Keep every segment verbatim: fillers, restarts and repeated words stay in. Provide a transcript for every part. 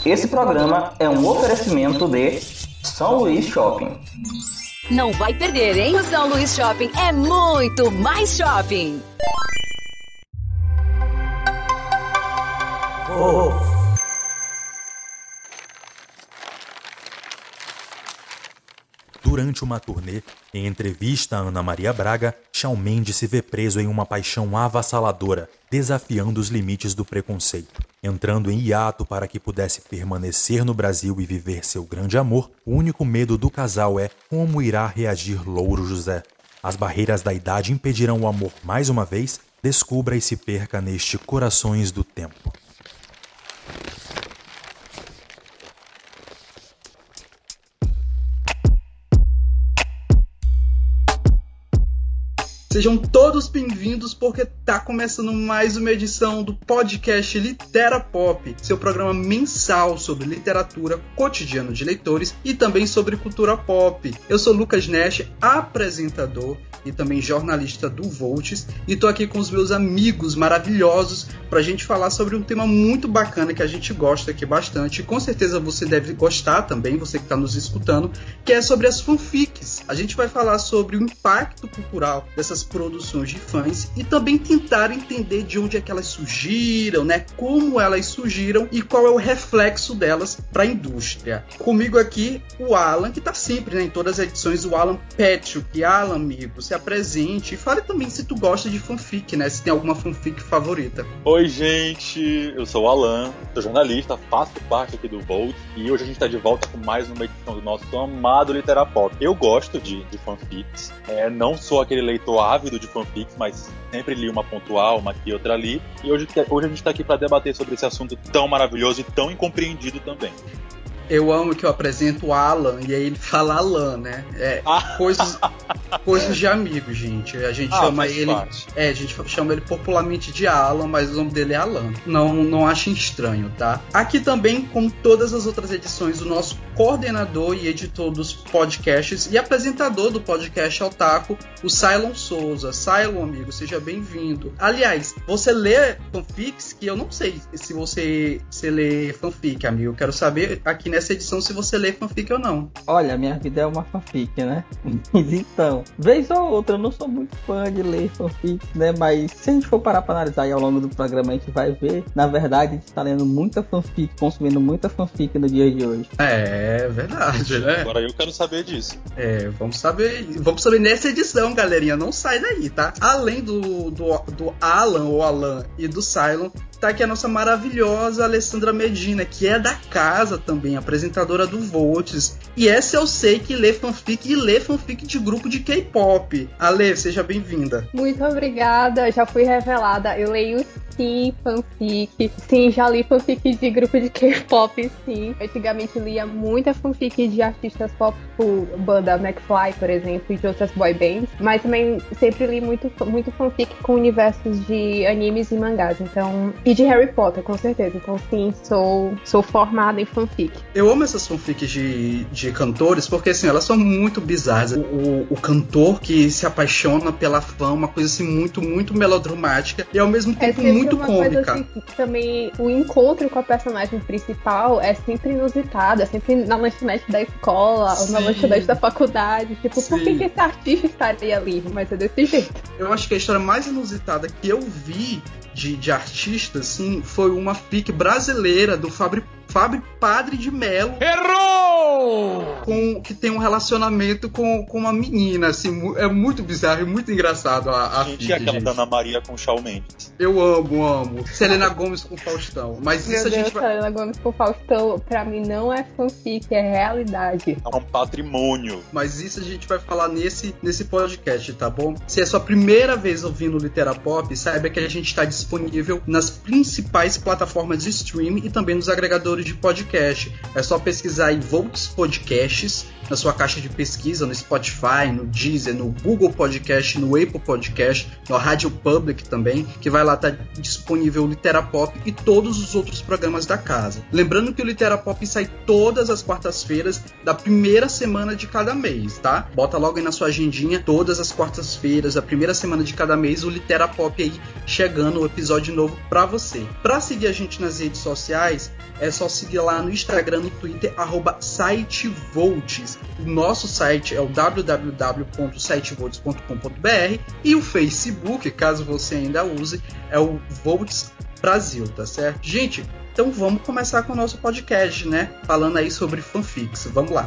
Esse programa é um oferecimento de São Luís Shopping. Não vai perder, hein? O São Luís Shopping é muito mais shopping. Oh. Durante uma turnê, em entrevista a Ana Maria Braga, Shawn Mendes se vê preso em uma paixão avassaladora, desafiando os limites do preconceito. Entrando em hiato para que pudesse permanecer no Brasil e viver seu grande amor, o único medo do casal é como irá reagir Louro José. As barreiras da idade impedirão o amor mais uma vez? Descubra e se perca neste Corações do Tempo. Sejam todos bem-vindos porque tá começando mais uma edição do podcast Litera Pop, seu programa mensal sobre literatura, cotidiano de leitores e também sobre cultura pop. Eu sou Lucas Nash, apresentador e também jornalista do Volts, e tô aqui com os meus amigos maravilhosos pra gente falar sobre um tema muito bacana que a gente gosta aqui bastante, e com certeza você deve gostar também, você que tá nos escutando, que é sobre as fanfics. A gente vai falar sobre o impacto cultural dessas produções de fãs e também tentar entender de onde é que elas surgiram, né? Como elas surgiram e qual é o reflexo delas para a indústria. Comigo aqui o Alan, que tá sempre, né, em todas as edições, o Alan Patrick. Alan, amigo, se apresente e fale também se tu gosta de fanfic, né? Se tem alguma fanfic favorita. Oi, gente, eu sou o Alan, sou jornalista, faço parte aqui do Volt e hoje a gente tá de volta com mais uma edição do nosso amado Litera Pop. Eu gosto de, de fanfics, é, não sou aquele leitor ávido de fanfics, mas sempre li uma pontual, uma aqui, outra ali. E hoje, hoje a gente tá aqui para debater sobre esse assunto tão maravilhoso e tão incompreendido também. Eu amo que eu apresento o Alan e aí ele fala Alan, né? É, ah. coisas, coisas de amigo, gente. A gente ah, chama ele. Parte. É, a gente chama ele popularmente de Alan, mas o nome dele é Alan. Não, não achem estranho, tá? Aqui também, como todas as outras edições, o nosso coordenador e editor dos podcasts e apresentador do podcast Otaku, o Cylon Souza. Cylon, amigo, seja bem-vindo. Aliás, você lê fanfics? Que eu não sei se você, você lê fanfic, amigo. Eu quero saber aqui nessa edição se você lê fanfic ou não. Olha, minha vida é uma fanfic, né? Mas então, vez ou outra, eu não sou muito fã de ler fanfic, né? Mas se a gente for parar pra analisar aí ao longo do programa, a gente vai ver, na verdade, a gente tá lendo muita fanfic, consumindo muita fanfic no dia de hoje. É, verdade, né? Agora eu quero saber disso. É, vamos saber, vamos saber nessa edição, galerinha, não sai daí, tá? Além do, do, do Alan, ou Alan, e do Cylon, tá aqui a nossa maravilhosa Alessandra Medina, que é da casa também, apresentadora do Volts. E essa eu sei que lê fanfic e lê fanfic de grupo de K-pop. Ale, seja bem-vinda. Muito obrigada, já fui revelada. Eu leio sim fanfic. Sim, já li fanfic de grupo de K-pop, sim. Antigamente lia muita fanfic de artistas pop, tipo banda McFly, por exemplo, e de outras boy bands. Mas também sempre li muito, muito fanfic com universos de animes e mangás. Então, e de Harry Potter, com certeza. Então, sim, sou, sou formada em fanfic. Eu amo essas fanfics de, de cantores, porque assim, elas são muito bizarras. O, o, o cantor que se apaixona pela fã, uma coisa assim muito, muito melodramática e ao mesmo tempo é muito uma cômica. Coisa assim, também o encontro com a personagem principal é sempre inusitado, é sempre na lanchonete da escola, sim, ou na lanchonete da faculdade. Tipo, sim, por que, que esse artista estaria ali? Mas é desse jeito. Eu acho que a história mais inusitada que eu vi de, de artista, assim, foi uma fic brasileira do Fábio Fábio Padre de Melo. Errou! Com, que tem um relacionamento com, com uma menina, assim, é muito bizarro e muito engraçado a, a gente, fic, é aquela gente. da Ana Maria com Shawn Mendes. Eu amo, amo. Selena Gomez com Faustão. Mas Meu isso Deus, a gente vai... Selena Gomez com Faustão, pra mim não é fanfic, é realidade. É um patrimônio. Mas isso a gente vai falar nesse, nesse podcast, tá bom? Se é a sua primeira vez ouvindo Litera Pop, saiba que a gente está disponível nas principais plataformas de streaming e também nos agregadores de podcast. É só pesquisar aí Volts Podcasts na sua caixa de pesquisa, no Spotify, no Deezer, no Google Podcast, no Apple Podcast, no Rádio Public também, que vai lá estar tá disponível o Litera Pop e todos os outros programas da casa. Lembrando que o Litera Pop sai todas as quartas-feiras da primeira semana de cada mês, tá? Bota logo aí na sua agendinha, todas as quartas-feiras, da primeira semana de cada mês, o Litera Pop aí chegando, o episódio novo pra você. Pra seguir a gente nas redes sociais, é só seguir lá no Instagram, no Twitter, arroba sitevolts. O nosso site é o w w w ponto sitevolts ponto com ponto b r e o Facebook, caso você ainda use, é o Volts Brasil, tá certo? Gente, então vamos começar com o nosso podcast, né? Falando aí sobre fanfics. Vamos lá.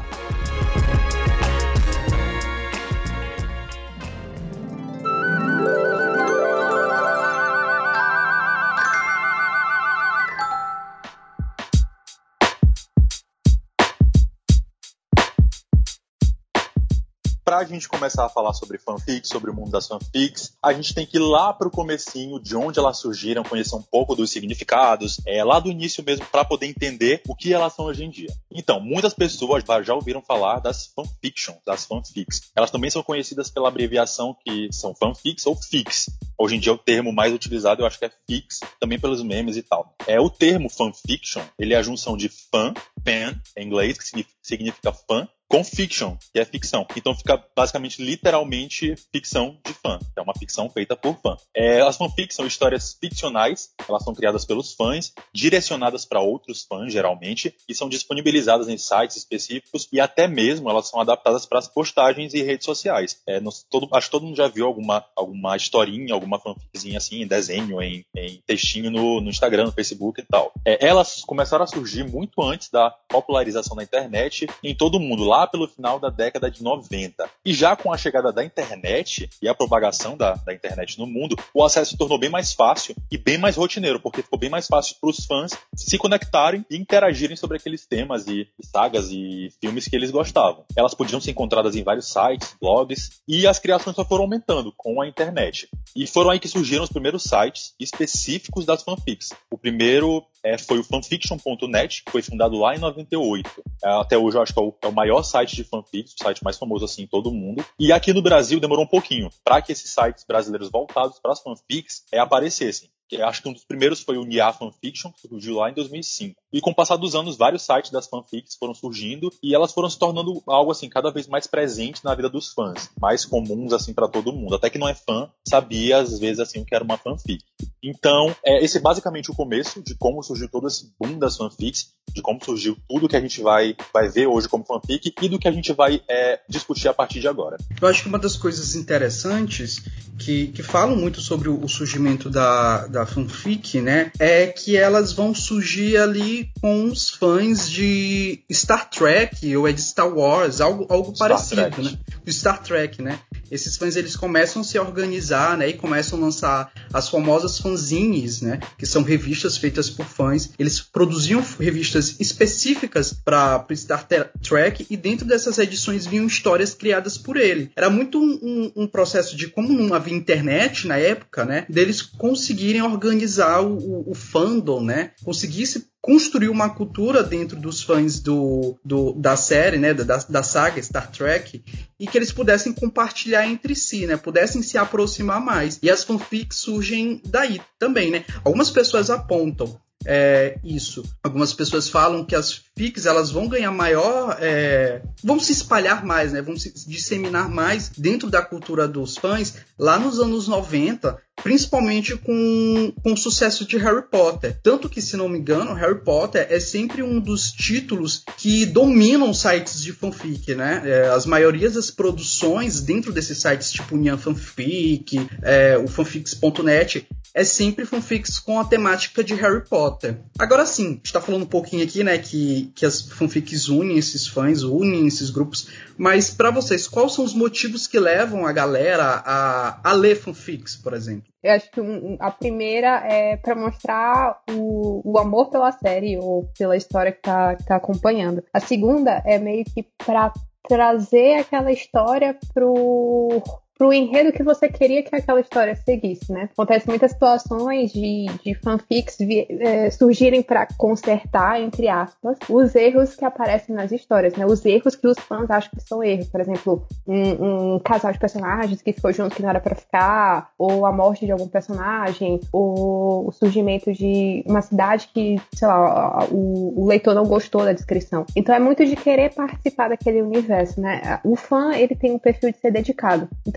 Pra gente começar a falar sobre fanfics, sobre o mundo das fanfics, a gente tem que ir lá pro comecinho, de onde elas surgiram, conhecer um pouco dos significados, é, lá do início mesmo, para poder entender o que elas são hoje em dia. Então, muitas pessoas já ouviram falar das fanfictions, das fanfics. Elas também são conhecidas pela abreviação que são fanfics ou fics. Hoje em dia o termo mais utilizado eu acho que é fics, também pelos memes e tal. É, o termo fanfiction, ele é a junção de fan, fan, em inglês, que significa, significa fã, com fiction, que é ficção. Então fica basicamente, literalmente, ficção de fã. É uma ficção feita por fã. É, as fanfics são histórias ficcionais, elas são criadas pelos fãs, direcionadas para outros fãs, geralmente, e são disponibilizadas em sites específicos e até mesmo elas são adaptadas para as postagens e redes sociais. É, no, todo, acho que todo mundo já viu alguma, alguma historinha, alguma fanficzinha assim, em desenho, em, em textinho no, no Instagram, no Facebook e tal. É, elas começaram a surgir muito antes da popularização da internet em todo o mundo, lá lá pelo final da década de noventa. E já com a chegada da internet e a propagação da, da internet no mundo, o acesso se tornou bem mais fácil e bem mais rotineiro, porque ficou bem mais fácil para os fãs se conectarem e interagirem sobre aqueles temas e, e sagas e filmes que eles gostavam. Elas podiam ser encontradas em vários sites, blogs, e as criações só foram aumentando com a internet. E foram aí que surgiram os primeiros sites específicos das fanfics. O primeiro é, foi o fanfiction ponto net, que foi fundado lá em noventa e oito. É, até hoje eu acho que é o, é o maior site de fanfics, o site mais famoso assim em todo o mundo. E aqui no Brasil demorou um pouquinho para que esses sites brasileiros voltados para as fanfics é, aparecessem. Que acho que um dos primeiros foi o N I A Fanfiction, que surgiu lá em dois mil e cinco. E com o passar dos anos, vários sites das fanfics foram surgindo e elas foram se tornando algo assim cada vez mais presente na vida dos fãs, mais comuns assim para todo mundo. Até que não é fã sabia às vezes assim o que era uma fanfic. Então, é, esse é basicamente o começo de como surgiu todo esse boom das fanfics, de como surgiu tudo que a gente vai, vai ver hoje como fanfic e do que a gente vai é, discutir a partir de agora. Eu acho que uma das coisas interessantes que, que falam muito sobre o, o surgimento da, da fanfic, né, é que elas vão surgir ali com os fãs de Star Trek ou é de Star Wars, algo, algo Star parecido, Trek. né? O Star Trek, né? Esses fãs, eles começam a se organizar, né, e começam a lançar as famosas fanzines, né, que são revistas feitas por fãs. Eles produziam revistas específicas para o Star Trek e dentro dessas edições vinham histórias criadas por ele. Era muito um, um, um processo de, como não havia internet na época, né, deles conseguirem organizar o, o, o fandom, né, conseguisse construir uma cultura dentro dos fãs do, do, da série, né, da, da saga Star Trek, e que eles pudessem compartilhar entre si, né, pudessem se aproximar mais. E as fanfics surgem daí também, né. Algumas pessoas apontam É, isso. Algumas pessoas falam que as fics elas vão ganhar maior, é, vão se espalhar mais, né? Vão se disseminar mais dentro da cultura dos fãs lá nos anos noventa, principalmente com, com o sucesso de Harry Potter. Tanto que, se não me engano, Harry Potter é sempre um dos títulos que dominam sites de fanfic, né? É, as maiorias das produções dentro desses sites, tipo o Nyan Fanfic, é, o fanfics ponto net, é sempre fanfics com a temática de Harry Potter. Agora sim, a gente tá falando um pouquinho aqui, né, que, que as fanfics unem esses fãs, unem esses grupos, mas para vocês, quais são os motivos que levam a galera a, a ler fanfics, por exemplo? Eu acho que um, a primeira é para mostrar o, o amor pela série ou pela história que tá, que tá acompanhando. A segunda é meio que para trazer aquela história pro... pro enredo que você queria que aquela história seguisse, né? Acontece muitas situações de, de fanfics vi, é, surgirem para consertar, entre aspas, os erros que aparecem nas histórias, né? Os erros que os fãs acham que são erros. Por exemplo, um, um casal de personagens que ficou junto que não era para ficar, ou a morte de algum personagem, ou o surgimento de uma cidade que, sei lá, o, o leitor não gostou da descrição. Então é muito de querer participar daquele universo, né? O fã, ele tem um perfil de ser dedicado. Então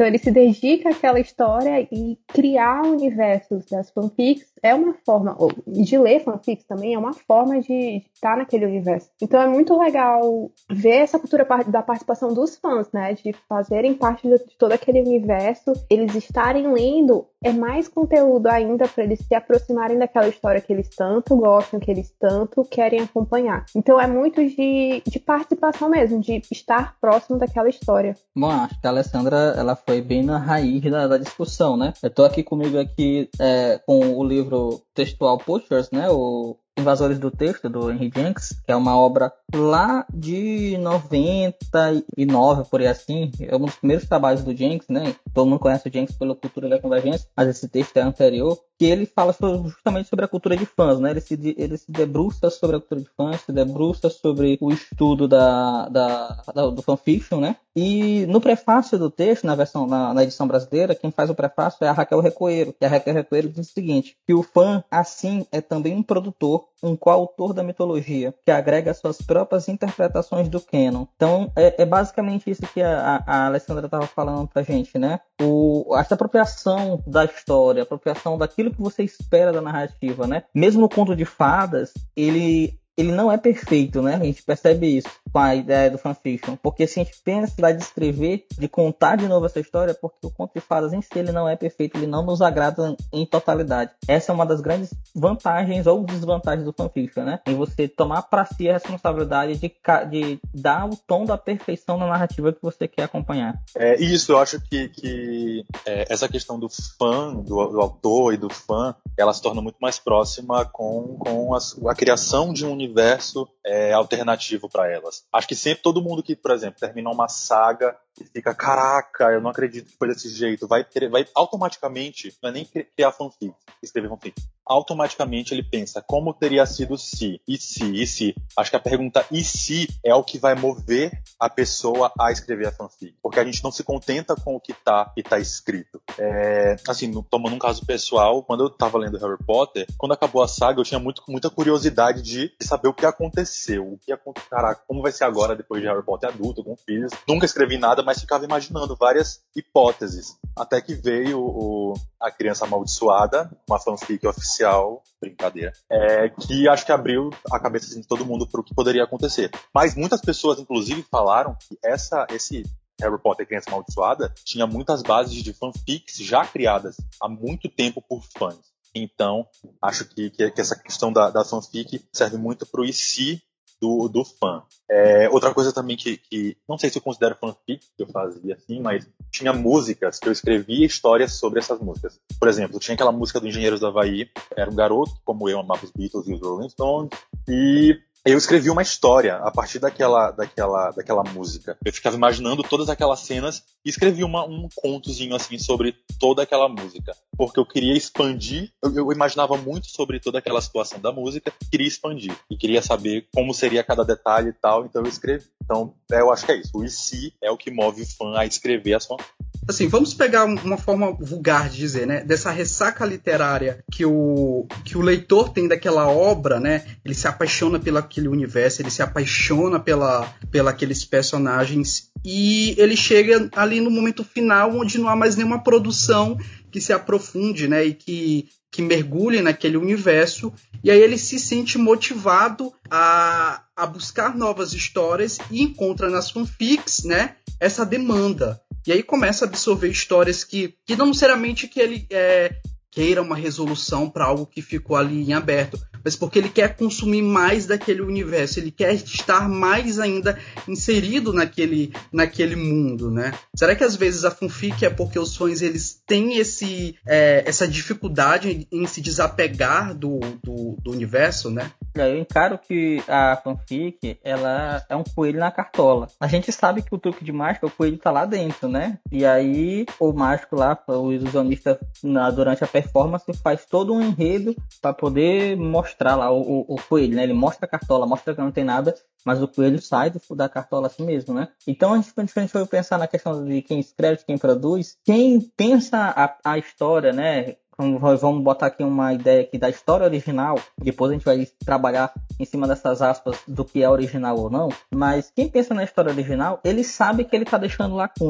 ele se dedica àquela história e criar universos das fanfics é uma forma, ou de ler fanfics também, é uma forma de estar naquele universo. Então é muito legal ver essa cultura da participação dos fãs, né? De fazerem parte de todo aquele universo, eles estarem lendo, é mais conteúdo ainda para eles se aproximarem daquela história que eles tanto gostam, que eles tanto querem acompanhar. Então é muito de, de participação mesmo, de estar próximo daquela história. Bom, acho que a Alessandra, ela foi bem na raiz da, da discussão, né? Eu tô aqui comigo aqui é, com o livro textual Pushers, né? O Invasores do Texto, do Henry Jenks, que é uma obra lá de noventa e nove, por aí assim. É um dos primeiros trabalhos do Jenks, né? Todo mundo conhece o Jenks pela Cultura da Convergência, mas esse texto é anterior, que ele fala sobre, justamente sobre a cultura de fãs, né? Ele se, ele se debruça sobre a cultura de fãs, se debruça sobre o estudo da, da, da, do fanfiction, né? E no prefácio do texto, na versão, na, na edição brasileira, quem faz o prefácio é a Raquel Recoeiro. E a Raquel Recoeiro diz o seguinte, que o fã, assim, é também um produtor, um coautor da mitologia, que agrega suas próprias interpretações do canon. Então, é, é basicamente isso que a, a Alessandra estava falando pra gente, né? O, essa apropriação da história, apropriação daquilo que você espera da narrativa, né? Mesmo o conto de fadas, ele... ele não é perfeito, né? A gente percebe isso com a ideia do fanfiction. Porque se a gente tem a necessidade de escrever, de contar de novo essa história, porque o conto de fadas em si ele não é perfeito, ele não nos agrada em totalidade. Essa é uma das grandes vantagens ou desvantagens do fanfiction, né? Em você tomar para si a responsabilidade de, de dar o tom da perfeição na narrativa que você quer acompanhar. É isso, eu acho que, que é, essa questão do fã, do, do autor e do fã, ela se torna muito mais próxima com, com a, a criação de um universo é, alternativo para elas. Acho que sempre todo mundo que, por exemplo, termina uma saga e fica, caraca, eu não acredito que foi desse jeito, vai, vai automaticamente, não é nem criar fanfic, escrever fanfic, automaticamente ele pensa, como teria sido se, e se, e se. Acho que a pergunta e se é o que vai mover a pessoa a escrever a fanfic, porque a gente não se contenta com o que tá, que tá escrito. É, assim, no, tomando um caso pessoal, quando eu tava lendo Harry Potter, quando acabou a saga, eu tinha muito, muita curiosidade de saber o que aconteceu, o que aconteceu, caraca, como vai ser agora depois de Harry Potter adulto, com filhos. Nunca escrevi nada, mas ficava imaginando várias hipóteses, até que veio o, A Criança Amaldiçoada, uma fanfic oficial, brincadeira, é, que acho que abriu a cabeça assim, de todo mundo para o que poderia acontecer. Mas muitas pessoas, inclusive, falaram que essa, esse Harry Potter Criança Amaldiçoada tinha muitas bases de fanfics já criadas há muito tempo por fãs. Então, acho que, que, que essa questão da, da fanfic serve muito pro e se do, do fã. É, outra coisa também que, que, não sei se eu considero fanfic, que eu fazia assim, mas tinha músicas que eu escrevia histórias sobre essas músicas. Por exemplo, tinha aquela música do Engenheiros do Havaí, era um garoto, como eu, amava os Beatles e os Rolling Stones, e eu escrevi uma história a partir daquela, daquela, daquela música. Eu ficava imaginando todas aquelas cenas e escrevi uma, um contozinho assim sobre toda aquela música. Porque eu queria expandir, eu, eu imaginava muito sobre toda aquela situação da música, queria expandir. E queria saber como seria cada detalhe e tal, então eu escrevi. Então, eu acho que é isso. O e se é o que move o fã a escrever a sua... Assim, vamos pegar uma forma vulgar de dizer, né? Dessa ressaca literária que o, que o leitor tem daquela obra, né? Ele se apaixona pelo aquele universo, ele se apaixona pela, pela aqueles personagens e ele chega ali no momento final onde não há mais nenhuma produção que se aprofunde, né? E que, que mergulhe naquele universo. E aí ele se sente motivado a, a buscar novas histórias e encontra nas fanfics, né? Essa demanda. E aí começa a absorver histórias que, que não necessariamente que ele é, queira uma resolução para algo que ficou ali em aberto, mas porque ele quer consumir mais daquele universo, ele quer estar mais ainda inserido naquele, naquele mundo, né? Será que às vezes a fanfic é porque os fãs eles têm esse, é, essa dificuldade em se desapegar do, do, do universo, né? Eu encaro que a fanfic, ela é um coelho na cartola. A gente sabe que o truque de mágica, o coelho tá lá dentro, né? E aí o mágico lá, o ilusionista, na, durante a performance, faz todo um enredo para poder mostrar lá o, o, o coelho, né? Ele mostra a cartola, mostra que não tem nada, mas o coelho sai do, da cartola assim mesmo, né? Então, a gente, quando a gente for pensar na questão de quem escreve, quem produz, quem pensa a, a história, né? Vamos botar aqui uma ideia aqui da história original, depois a gente vai trabalhar em cima dessas aspas do que é original ou não, mas quem pensa na história original, ele sabe que ele está deixando lacunas.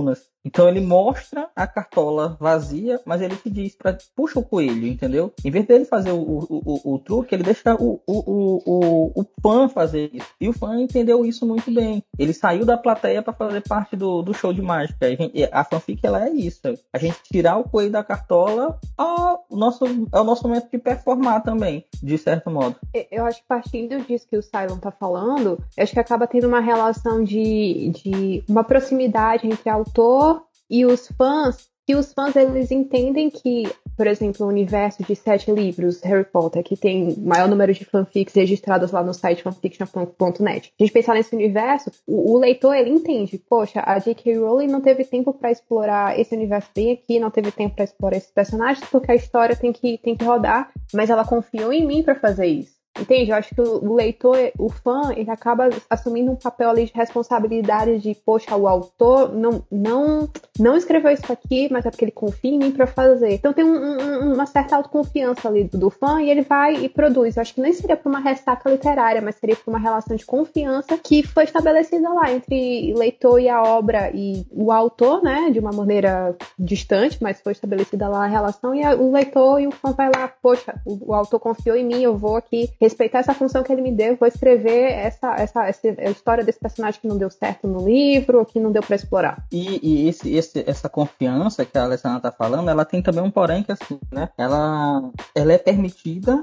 Então ele mostra a cartola vazia, mas ele te diz pra puxa o coelho, entendeu? Em vez dele fazer o, o, o, o truque, ele deixa o, o, o, o, o fã fazer isso. E o fã entendeu isso muito bem. Ele saiu da plateia para fazer parte do, do show de mágica. A, gente, a fanfic, ela é isso. A gente tirar o coelho da cartola ao nosso, é o nosso momento de performar também, de certo modo. Eu acho que partindo disso que o Cylon tá falando, eu acho que acaba tendo uma relação de, de uma proximidade entre autor e os fãs, que os fãs, eles entendem que, por exemplo, o universo de sete livros, Harry Potter, que tem o maior número de fanfics registrados lá no site fanfiction ponto net. A gente pensar nesse universo, o, o leitor, ele entende, poxa, a J K. Rowling não teve tempo para explorar esse universo bem aqui, não teve tempo para explorar esses personagens, porque a história tem que, tem que rodar, mas ela confiou em mim para fazer isso. Entende? Eu acho que o leitor, o fã, ele acaba assumindo um papel ali de responsabilidade de, poxa, o autor não, não, não escreveu isso aqui, mas é porque ele confia em mim pra fazer. Então tem um, um, uma certa autoconfiança ali do, do fã e ele vai e produz. Eu acho que nem seria por uma ressaca literária, mas seria por uma relação de confiança que foi estabelecida lá entre o leitor e a obra e o autor, né, de uma maneira distante, mas foi estabelecida lá a relação e a, o leitor e o fã vai lá, poxa, o, o autor confiou em mim, eu vou aqui respeitar essa função que ele me deu, vou escrever essa, essa, essa a história desse personagem que não deu certo no livro, ou que não deu pra explorar. E, e esse, esse, essa confiança que a Alessandra tá falando, ela tem também um porém que assim, né? Ela, ela é permitida,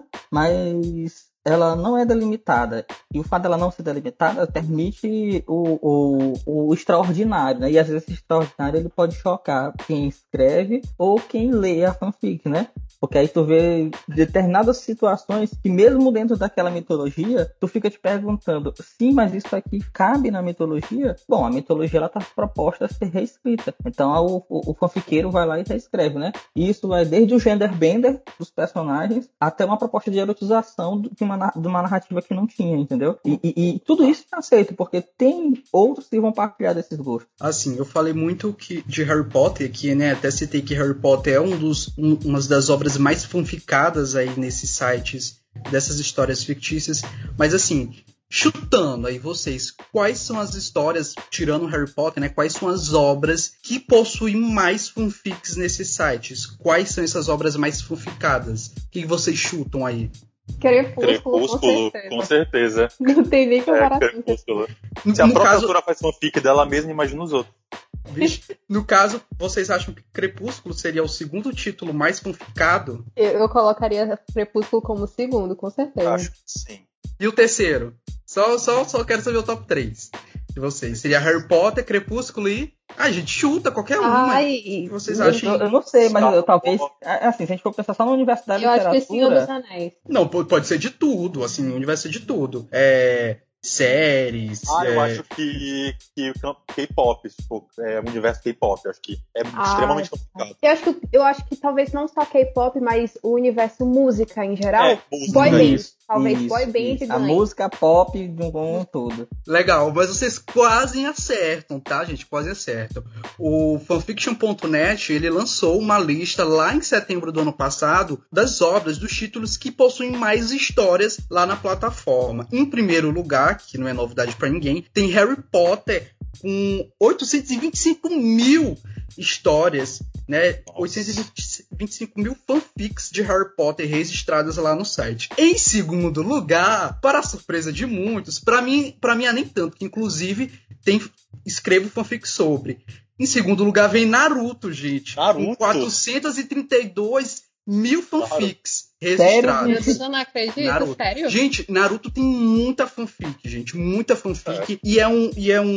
mas ela não é delimitada. E o fato dela não ser delimitada permite o, o, o extraordinário, né? E às vezes esse extraordinário ele pode chocar quem escreve ou quem lê a fanfic, né? Porque aí tu vê determinadas situações que mesmo dentro daquela mitologia, tu fica te perguntando, sim, mas isso aqui cabe na mitologia? Bom, a mitologia ela tá proposta a ser reescrita. Então o, o, o fanfiqueiro vai lá e reescreve, né? E isso vai desde o gender bender dos personagens até uma proposta de erotização de uma de uma narrativa que não tinha, entendeu? E, e, e tudo isso é aceito, porque tem outros que vão partilhar desses gostos. Assim, eu falei muito que, de Harry Potter, que, né, até citei que Harry Potter é um dos, um, uma das obras mais fanficadas aí nesses sites, dessas histórias fictícias, mas assim, chutando aí vocês, quais são as histórias, tirando Harry Potter, né, quais são as obras que possuem mais fanfics nesses sites? Quais são essas obras mais fanficadas? O que vocês chutam aí? Crepúsculo, Crepúsculo, com certeza. Com certeza. Não tem nem comparação. É, Crepúsculo. No, Se a no própria caso, autora faz fanfic dela mesma, imagina os outros. Vixe, no caso, vocês acham que Crepúsculo seria o segundo título mais fanficado? Eu, eu colocaria Crepúsculo como segundo, com certeza. Acho que sim. E o terceiro? Só, só, só quero saber o top três de vocês. Seria Harry Potter, Crepúsculo e... Ah, a gente chuta qualquer uma. Ai, O que vocês Eu, acham? eu, eu não sei, mas eu, talvez... Assim, se a gente for pensar só no universo da eu acho que Senhor dos literatura... Anéis. Não, pode pode ser de tudo, assim, no universo de tudo. É... séries. Ah, eu é... acho que, que K-pop, tipo, é o universo K-pop, eu acho que é Ah, extremamente complicado. Eu acho, que, eu acho que talvez não só K-pop, mas o universo música em geral. É, música. Boy band. Isso, Talvez isso, boy band isso. A ganhe. música pop de um todo. Legal, mas vocês quase acertam, tá, gente? Quase acertam. O fanfiction ponto net, ele lançou uma lista lá em setembro do ano passado das obras, dos títulos que possuem mais histórias lá na plataforma. Em primeiro lugar, que não é novidade pra ninguém, tem Harry Potter com oitocentos e vinte e cinco mil histórias, né? Nossa. oitocentos e vinte e cinco mil fanfics de Harry Potter registradas lá no site. Em segundo lugar, para a surpresa de muitos, para mim, para mim é nem tanto, que inclusive tem, escrevo fanfic sobre. Em segundo lugar vem Naruto, gente. Naruto? Com quatrocentos e trinta e dois mil fanfics Sério? registradas. Eu não acredito, Naruto. sério? Gente, Naruto tem muita fanfic, gente, muita fanfic, é. e é um e é um,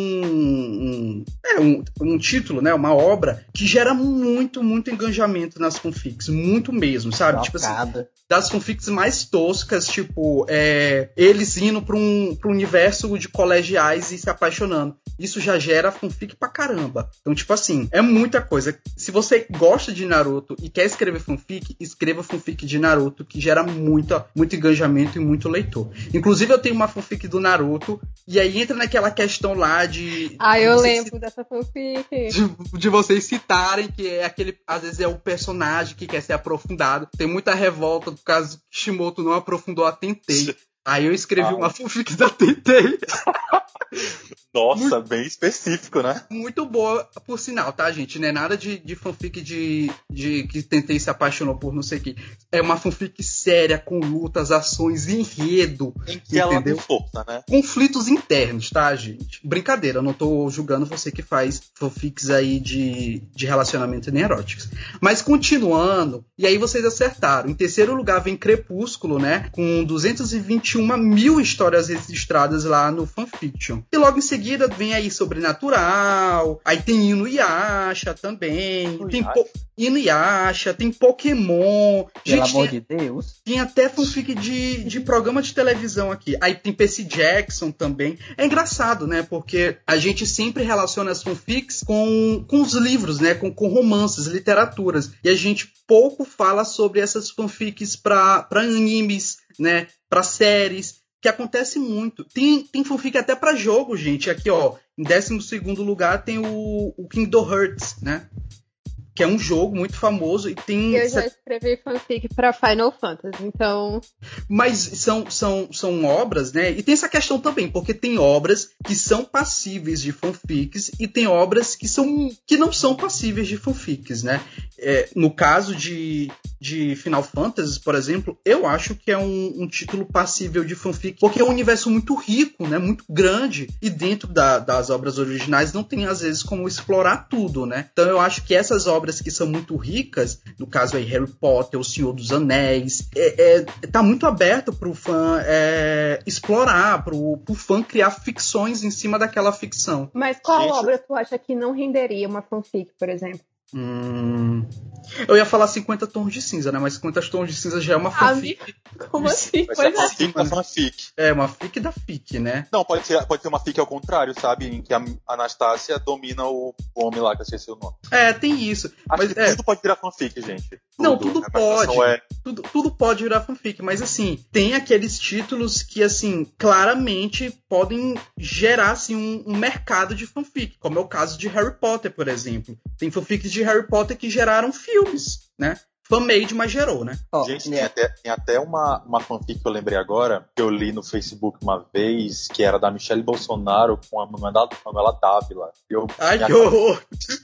um é um, um título, né, uma obra que gera muito, muito engajamento nas fanfics, muito mesmo, sabe? Tipo assim, das fanfics mais toscas, tipo, é, eles indo para um pro universo de colegiais e se apaixonando. Isso já gera fanfic pra caramba. Então, tipo assim, é muita coisa. Se você gosta de Naruto e quer escrever fanfic, escreva fanfic de Naruto, que gera muita, muito engajamento e muito leitor. Inclusive, eu tenho uma fanfic do Naruto, e aí entra naquela questão lá de... Ah, de eu lembro cit... dessa fanfic. De, de vocês citarem que é aquele... Às vezes é o personagem que quer ser aprofundado. Tem muita revolta por causa que Kishimoto não aprofundou a Tentei. Aí eu escrevi ah. uma fanfic da Tentei. Nossa, Muito- bem específico, né? Muito boa, por sinal, tá, gente? Não é nada de, de fanfic de, de que tentei se apaixonou por não sei o que. É uma fanfic séria, com lutas, ações, enredo. Em que ela Entendeu? tem força, né? Conflitos internos, tá, gente? Brincadeira, eu não tô julgando você que faz fanfics aí de, de relacionamento nem eróticos. Mas continuando, e aí vocês acertaram. Em terceiro lugar vem Crepúsculo, né? Com duzentas e vinte e uma mil histórias registradas lá no fanfiction. E logo em seguida vem aí Sobrenatural, aí tem Inuyasha também, tem Inuyasha? po- Inuyasha, tem Pokémon. Pelo Gente, amor tem- de Deus. tem até fanfic de, de programa de televisão aqui. Aí tem Percy Jackson também. É engraçado, né? Porque a gente sempre relaciona as fanfics com, com os livros, né? Com, com romances, literaturas. E a gente pouco fala sobre essas fanfics para animes, né? Para séries. Que acontece muito. Tem, tem fanfic até pra jogo, gente. Aqui, ó. Em décimo segundo lugar tem o, o Kingdom Hearts, né? Que é um jogo muito famoso e tem... Eu já escrevi fanfic pra Final Fantasy, então... Mas são, são, são obras, né? E tem essa questão também, porque tem obras que são passíveis de fanfics e tem obras que, são, que não são passíveis de fanfics, né? É, no caso de, de Final Fantasy, por exemplo, eu acho que é um, um título passível de fanfic, porque é um universo muito rico, né? Muito grande, e dentro da, das obras originais não tem, às vezes, como explorar tudo, né? Então eu acho que essas obras que são muito ricas, no caso aí Harry Potter, O Senhor dos Anéis, é, é, tá muito aberto pro fã é, explorar, pro, pro fã criar ficções em cima daquela ficção. Mas qual Gente. obra tu acha que não renderia uma fanfic, por exemplo? Hum, eu ia falar cinquenta tons de cinza, né? Mas cinquenta tons de cinza já é uma fanfic. Como assim? Vai Pois ser é. fanfic da fanfic. É, uma fic da fic, né? Não, pode ser, pode ser uma fic ao contrário, sabe? Em que a Anastácia domina o homem lá, que eu esqueci o nome. É, tem isso. Acho Mas que é, tudo pode virar fanfic, gente. Não, tudo A questão pode. É... Tudo, tudo pode virar fanfic, mas assim, tem aqueles títulos que, assim, claramente podem gerar, assim, um, um mercado de fanfic, como é o caso de Harry Potter, por exemplo. Tem fanfics de Harry Potter que geraram filmes, né? Fan-made, mas gerou, né? Ó, Gente, né, tem até, tem até uma, uma fanfic que eu lembrei agora, que eu li no Facebook uma vez, que era da Michelle Bolsonaro com a Manuela, Manuela Dávila. Eu, Ai, minha- que horror!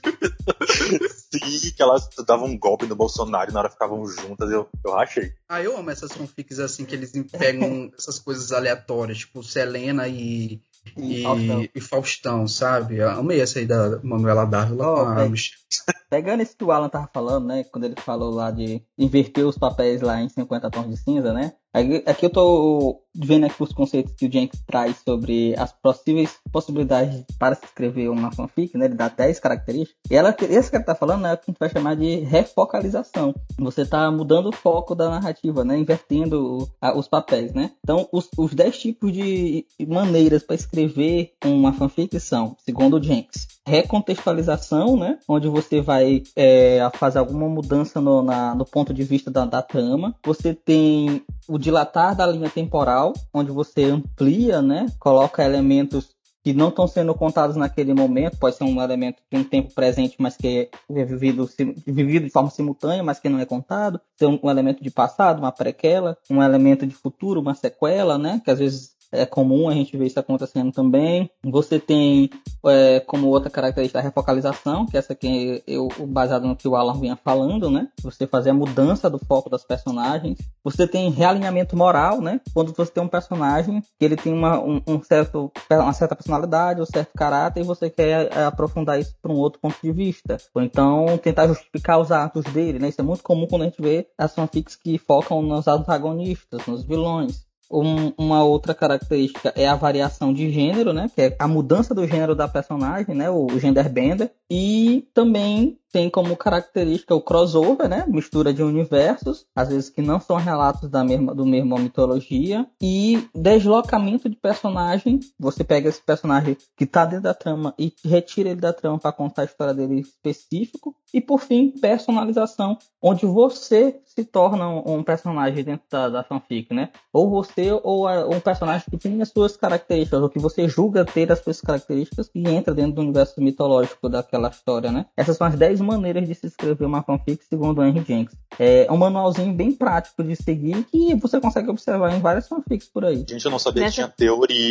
Sim, que elas davam um golpe no Bolsonaro e na hora ficavam juntas, eu, eu rachei. Ah, eu amo essas fanfics, assim, que eles pegam essas coisas aleatórias, tipo Selena e... E E, Faustão. e Faustão, sabe? Eu amei essa aí da Manuela Dávila Oh, com a bem. Michelle. Pegando esse que o Alan tava falando, né? Quando ele falou lá de inverter os papéis lá em cinquenta tons de cinza, né? Aqui, aqui eu tô vendo aqui os conceitos que o Jenks traz sobre as possíveis possibilidades para se escrever uma fanfic, né? Ele dá dez características. E ela, esse que ele tá falando é o que a gente vai chamar de refocalização. Você tá mudando o foco da narrativa, né? Invertendo a, os papéis, né? Então, os, os dez tipos de maneiras para escrever uma fanfic são, segundo o Jenks, recontextualização, né? Onde você vai é, fazer alguma mudança no, na, no ponto de vista da, da trama. Você tem o dilatar da linha temporal, onde você amplia, né? Coloca elementos que não estão sendo contados naquele momento. Pode ser um elemento de um tempo presente, mas que é vivido, vivido de forma simultânea, mas que não é contado. Tem um, um elemento de passado, uma prequela, um elemento de futuro, uma sequela, né? Que às vezes é comum a gente ver isso acontecendo também. Você tem é, como outra característica a refocalização, que é essa que eu, baseado no que o Alan vinha falando, né? Você fazer a mudança do foco das personagens. Você tem realinhamento moral, né? Quando você tem um personagem que ele tem uma, um, um certo, uma certa personalidade, um certo caráter, e você quer é, aprofundar isso para um outro ponto de vista. Ou então tentar justificar os atos dele, né? Isso é muito comum quando a gente vê as fanfics que focam nos antagonistas, nos vilões. Um, uma outra característica é a variação de gênero, né? Que é a mudança do gênero da personagem, né? O gender bender. E também tem como característica o crossover, né? Mistura de universos, às vezes que não são relatos da mesma, do mesma mitologia. E deslocamento de personagem. Você pega esse personagem que está dentro da trama e retira ele da trama para contar a história dele específico. E por fim, personalização, onde você se torna um, um personagem dentro da, da fanfic, né? Ou você ou a, um personagem que tem as suas características, ou que você julga ter as suas características e entra dentro do universo mitológico daquela história, né? Essas são as dez maneiras de se escrever uma fanfic segundo o Henry Jenks. É um manualzinho bem prático de seguir que você consegue observar em várias fanfics por aí. Gente, eu não sabia Nessa- que tinha teoria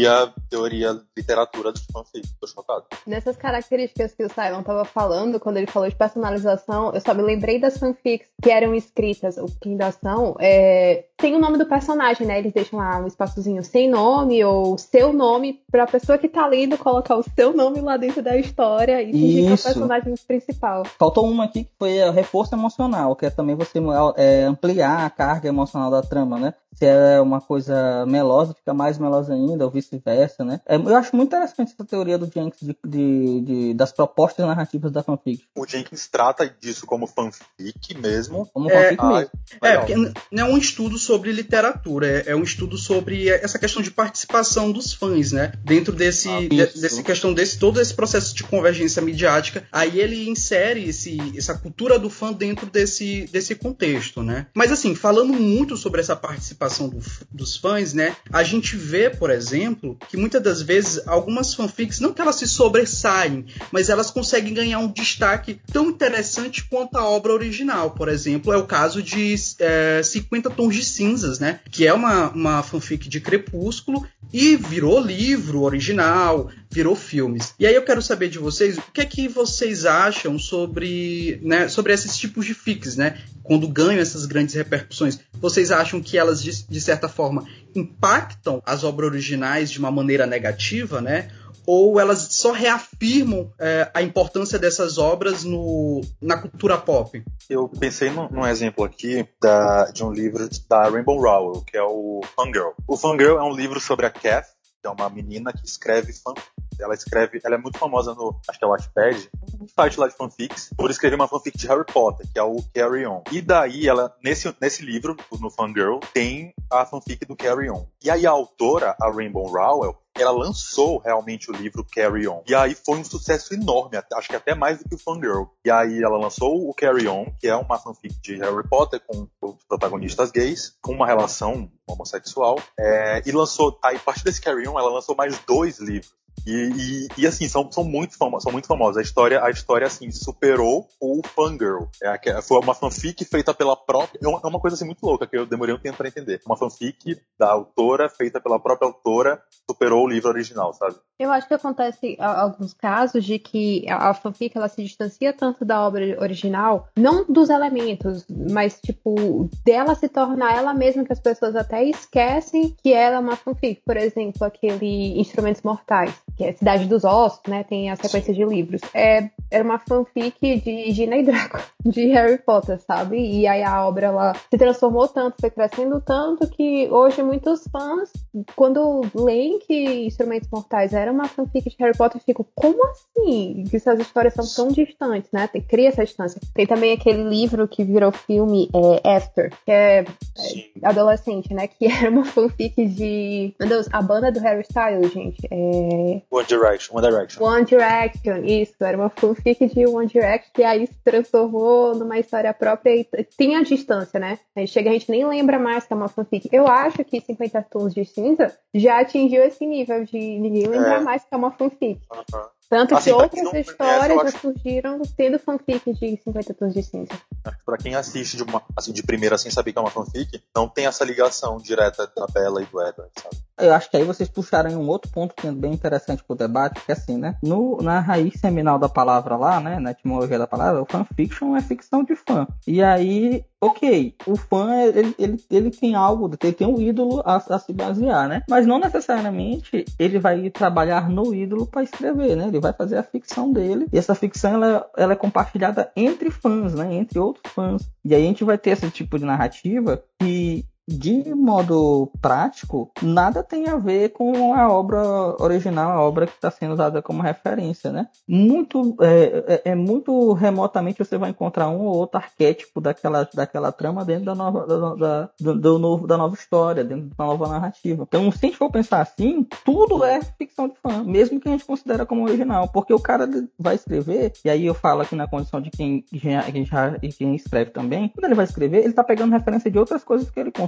teoria literatura dos fanfics. Tô chocado. Nessas características que o Simon tava falando, quando ele falou de personalização, eu só me lembrei das fanfics que eram escritas, ou que ainda são, é... tem o nome do personagem, né? Eles deixam lá um espaçozinho sem nome, ou seu nome, pra pessoa que tá lendo colocar o seu nome lá dentro da história e fingir que é o personagem principal. Faltou uma aqui que foi o reforço emocional, que é também você é, ampliar a carga emocional da trama, né? Se é uma coisa melosa, fica mais melosa ainda, ou vice-versa, né? É, eu acho muito interessante essa teoria do Jenkins de, de, de, das propostas narrativas da fanfic. O Jenkins trata disso como fanfic mesmo? Como fanfic é, mesmo. É, porque não é um estudo sobre literatura, é, é um estudo sobre essa questão de participação dos fãs, né? Dentro desse, ah, de, desse questão desse todo esse processo de convergência midiática, aí ele insere esse, essa cultura do fã dentro desse, desse contexto, né? Mas assim, falando muito sobre essa participação Do, dos fãs, né? A gente vê, por exemplo, que muitas das vezes algumas fanfics, não que elas se sobressaem, mas elas conseguem ganhar um destaque tão interessante quanto a obra original. Por exemplo, é o caso de é, cinquenta Tons de Cinzas, né? Que é uma, uma fanfic de Crepúsculo e virou livro original, virou filmes. E aí eu quero saber de vocês, o que é que vocês acham sobre, né, sobre esses tipos de fics, né? Quando ganham essas grandes repercussões, vocês acham que elas, de, de certa forma, impactam as obras originais de uma maneira negativa, né? Ou elas só reafirmam é, a importância dessas obras no, na cultura pop? Eu pensei num, num exemplo aqui da, de um livro da Rainbow Rowell, que é o Fangirl. O Fangirl é um livro sobre a Kath, que é uma menina que escreve fanfics. Ela escreve, ela é muito famosa no, acho que é o Wattpad, um site lá de fanfics, por escrever uma fanfic de Harry Potter, que é o Carry On. E daí, ela, nesse, nesse livro, no Fangirl, tem a fanfic do Carry On. E aí a autora, a Rainbow Rowell, ela lançou realmente o livro Carry On. E aí foi um sucesso enorme, acho que até mais do que o Fangirl. E aí ela lançou o Carry On, que é uma fanfic de Harry Potter com os protagonistas gays, com uma relação homossexual. É, e lançou, aí a partir desse Carry On, ela lançou mais dois livros. E, e, e assim, são, são, muito famosos, são muito famosos. A história, a história assim, superou o Fangirl. É, foi uma fanfic feita pela própria... É uma, é uma coisa assim muito louca, que eu demorei um tempo pra entender. Uma fanfic da autora, feita pela própria autora, superou o livro original, sabe? Eu acho que acontece alguns casos de que a fanfic ela se distancia tanto da obra original, não dos elementos, mas tipo, dela se tornar ela mesma, que as pessoas até esquecem que ela é uma fanfic. Por exemplo, aquele Instrumentos Mortais, que é Cidade dos Ossos, né? Tem a sequência de livros. É, era uma fanfic de Gina e Draco, de Harry Potter, sabe? E aí a obra ela se transformou tanto, foi crescendo tanto, que hoje muitos fãs, quando leem que Instrumentos Mortais era uma fanfic de Harry Potter, ficam, como assim? Que essas histórias são tão distantes, né? Tem, cria essa distância. Tem também aquele livro que virou filme, é, After, que é, é adolescente, né? Que era uma fanfic de... Meu Deus, a banda do Harry Styles, gente. É... One Direction, One Direction. One Direction, isso. Era uma fanfic de One Direction que aí se transformou numa história própria e tem a distância, né? Aí chega, a gente nem lembra mais que é uma fanfic. Eu acho que cinquenta Tons de Cinza já atingiu esse nível de ninguém lembrar é. mais que é uma fanfic. Uh-huh. Tanto assim, que outras histórias já surgiram tendo fanfic de cinquenta Tons de Cinza. Pra quem assiste de, uma, assim, de primeira sem saber que é uma fanfic, não tem essa ligação direta da Bella e do Edward, sabe? Eu acho que aí vocês puxaram um outro ponto que é bem interessante pro debate, que é assim, né? No, na raiz seminal da palavra lá, né? Na etimologia da palavra, o fanfiction é ficção de fã. E aí, ok, o fã, ele, ele, ele tem algo, ele tem um ídolo a, a se basear, né? Mas não necessariamente ele vai trabalhar no ídolo para escrever, né? Ele vai fazer a ficção dele. E essa ficção, ela, ela é compartilhada entre fãs, né? Entre outros fãs. E aí a gente vai ter esse tipo de narrativa que... de modo prático, nada tem a ver com a obra original, a obra que está sendo usada como referência, né? Muito, é, é, é muito remotamente você vai encontrar um ou outro arquétipo daquela, daquela trama dentro da nova, da, da, do, do novo, da nova história, dentro da nova narrativa. Então, se a gente for pensar assim, tudo é ficção de fã, mesmo que a gente considera como original, porque o cara vai escrever, e aí eu falo aqui na condição de quem já, quem já quem escreve também, quando ele vai escrever, ele está pegando referência de outras coisas que ele consome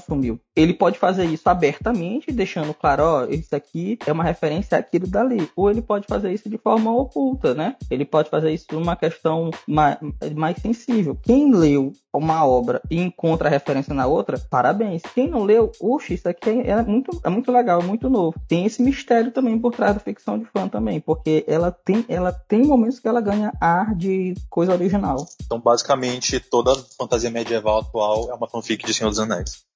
assumiu. Ele pode fazer isso abertamente, deixando claro, ó, isso aqui é uma referência àquilo dali. Ou ele pode fazer isso de forma oculta, né? Ele pode fazer isso numa questão mais, mais sensível. Quem leu uma obra e encontra a referência na outra, parabéns. Quem não leu, oxe, isso aqui é muito, é muito legal, é muito novo. Tem esse mistério também por trás da ficção de fã também, porque ela tem, ela tem momentos que ela ganha ar de coisa original. Então, basicamente, toda fantasia medieval atual é uma fanfic de Senhor dos Anéis.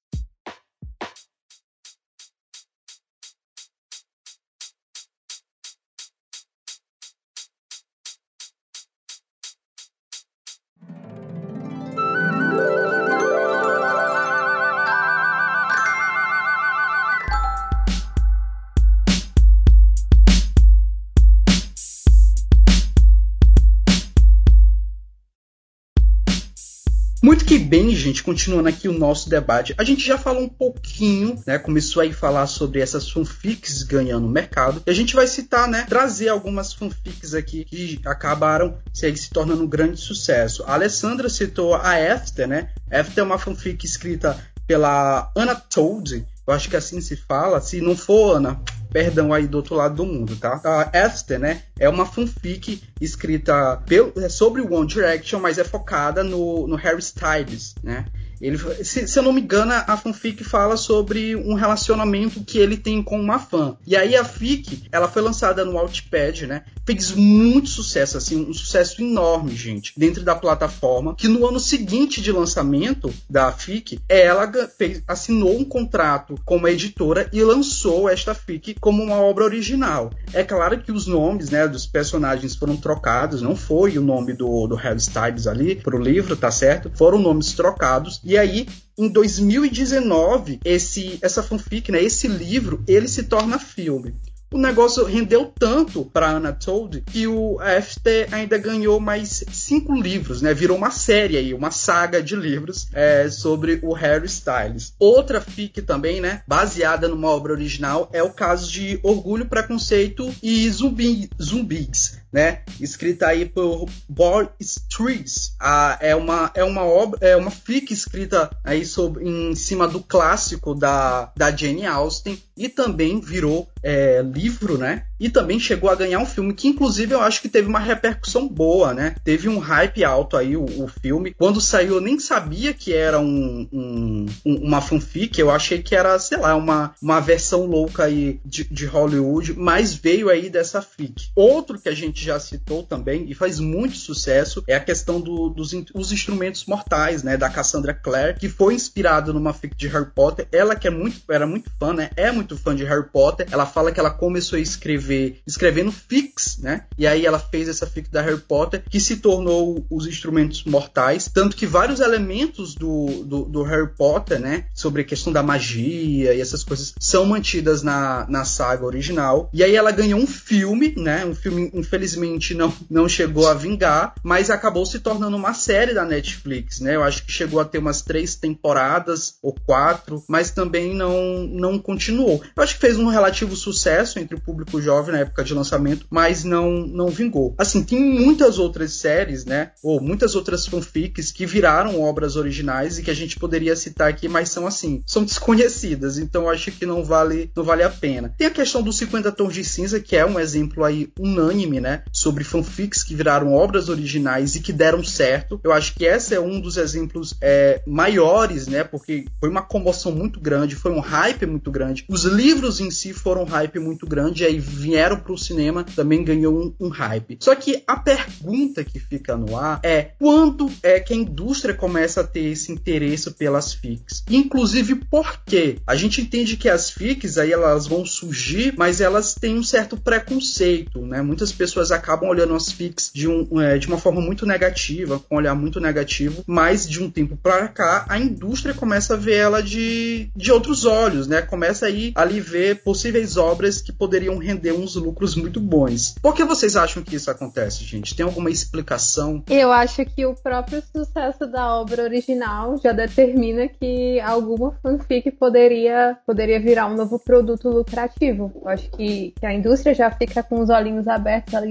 Muito que bem, gente, continuando aqui o nosso debate, a gente já falou um pouquinho, né, começou aí a falar sobre essas fanfics ganhando mercado, e a gente vai citar, né, trazer algumas fanfics aqui que acabaram se, se tornando um grande sucesso. A Alessandra citou a After, né, After é uma fanfic escrita pela Anna Todd, eu acho que assim se fala, se não for, Ana, perdão aí do outro lado do mundo, tá? A After, né, é uma fanfic escrita pelo, sobre o One Direction, mas é focada no, no Harry Styles, né? Ele, se, se eu não me engano, a fanfic fala sobre um relacionamento que ele tem com uma fã. E aí a fic, ela foi lançada no Wattpad, né? Fez muito sucesso, assim, um sucesso enorme, gente, dentro da plataforma, que no ano seguinte de lançamento da fic, ela fez, assinou um contrato com uma editora e lançou esta fic como uma obra original. É claro que os nomes, né, dos personagens foram trocados, não foi o nome do, do Harry Styles ali pro livro, tá certo? Foram nomes trocados. E aí, em dois mil e dezenove, esse, essa fanfic, né, esse livro, ele se torna filme. O negócio rendeu tanto para Anna Todd que o After ainda ganhou mais cinco livros, né? Virou uma série aí, uma saga de livros é, sobre o Harry Styles. Outra fic também, né? Baseada numa obra original, é o caso de Orgulho, Preconceito e Zumbi, Zumbis, né? Escrita aí por Boris Streets. Ah, é uma é uma obra, é uma fic escrita aí sobre, em cima do clássico da, da Jane Austen e também virou é, livro, né? E também chegou a ganhar um filme que, inclusive, eu acho que teve uma repercussão boa, né? Teve um hype alto aí, o, o filme. Quando saiu, eu nem sabia que era um, um, uma fanfic. Eu achei que era, sei lá, uma, uma versão louca aí de, de Hollywood, mas veio aí dessa fic. Outro que a gente já citou também, e faz muito sucesso, é a questão do, dos os instrumentos mortais, né? Da Cassandra Clare, que foi inspirado numa fic de Harry Potter. Ela que é muito, era muito fã, né? É muito fã de Harry Potter. Ela fala que ela começou a escrever escrevendo fics, né? E aí ela fez essa fic da Harry Potter, que se tornou os instrumentos mortais, tanto que vários elementos do, do, do Harry Potter, né? Sobre a questão da magia e essas coisas, são mantidas na, na saga original. E aí ela ganhou um filme, né? Um filme, infelizmente, não, não chegou a vingar, mas acabou se tornando uma série da Netflix, né? Eu acho que chegou a ter umas três temporadas ou quatro, mas também não, não continuou. Eu acho que fez um relativo sucesso entre o público jovem na época de lançamento, mas não, não vingou. Assim, tem muitas outras séries, né, ou muitas outras fanfics que viraram obras originais e que a gente poderia citar aqui, mas são assim, são desconhecidas, então eu acho que não vale, não vale a pena. Tem a questão dos cinquenta Tons de Cinza, que é um exemplo aí unânime, né, sobre fanfics que viraram obras originais e que deram certo. Eu acho que esse é um dos exemplos é, maiores, né, porque foi uma comoção muito grande, foi um hype muito grande. Os livros em si foram um hype muito grande, e aí vieram para o cinema, também ganhou um, um hype. Só que a pergunta que fica no ar é quando é que a indústria começa a ter esse interesse pelas fics? Inclusive por quê? A gente entende que as fics aí elas vão surgir, mas elas têm um certo preconceito, né? Muitas pessoas acabam olhando as fics de, um, é, de uma forma muito negativa, com um olhar muito negativo, mas de um tempo para cá a indústria começa a ver ela de, de outros olhos, né? Começa aí ali ver possíveis obras que poderiam render uns lucros muito bons. Por que vocês acham que isso acontece, gente? Tem alguma explicação? Eu acho que o próprio sucesso da obra original já determina que alguma fanfic poderia, poderia virar um novo produto lucrativo. Eu acho que, que a indústria já fica com os olhinhos abertos ali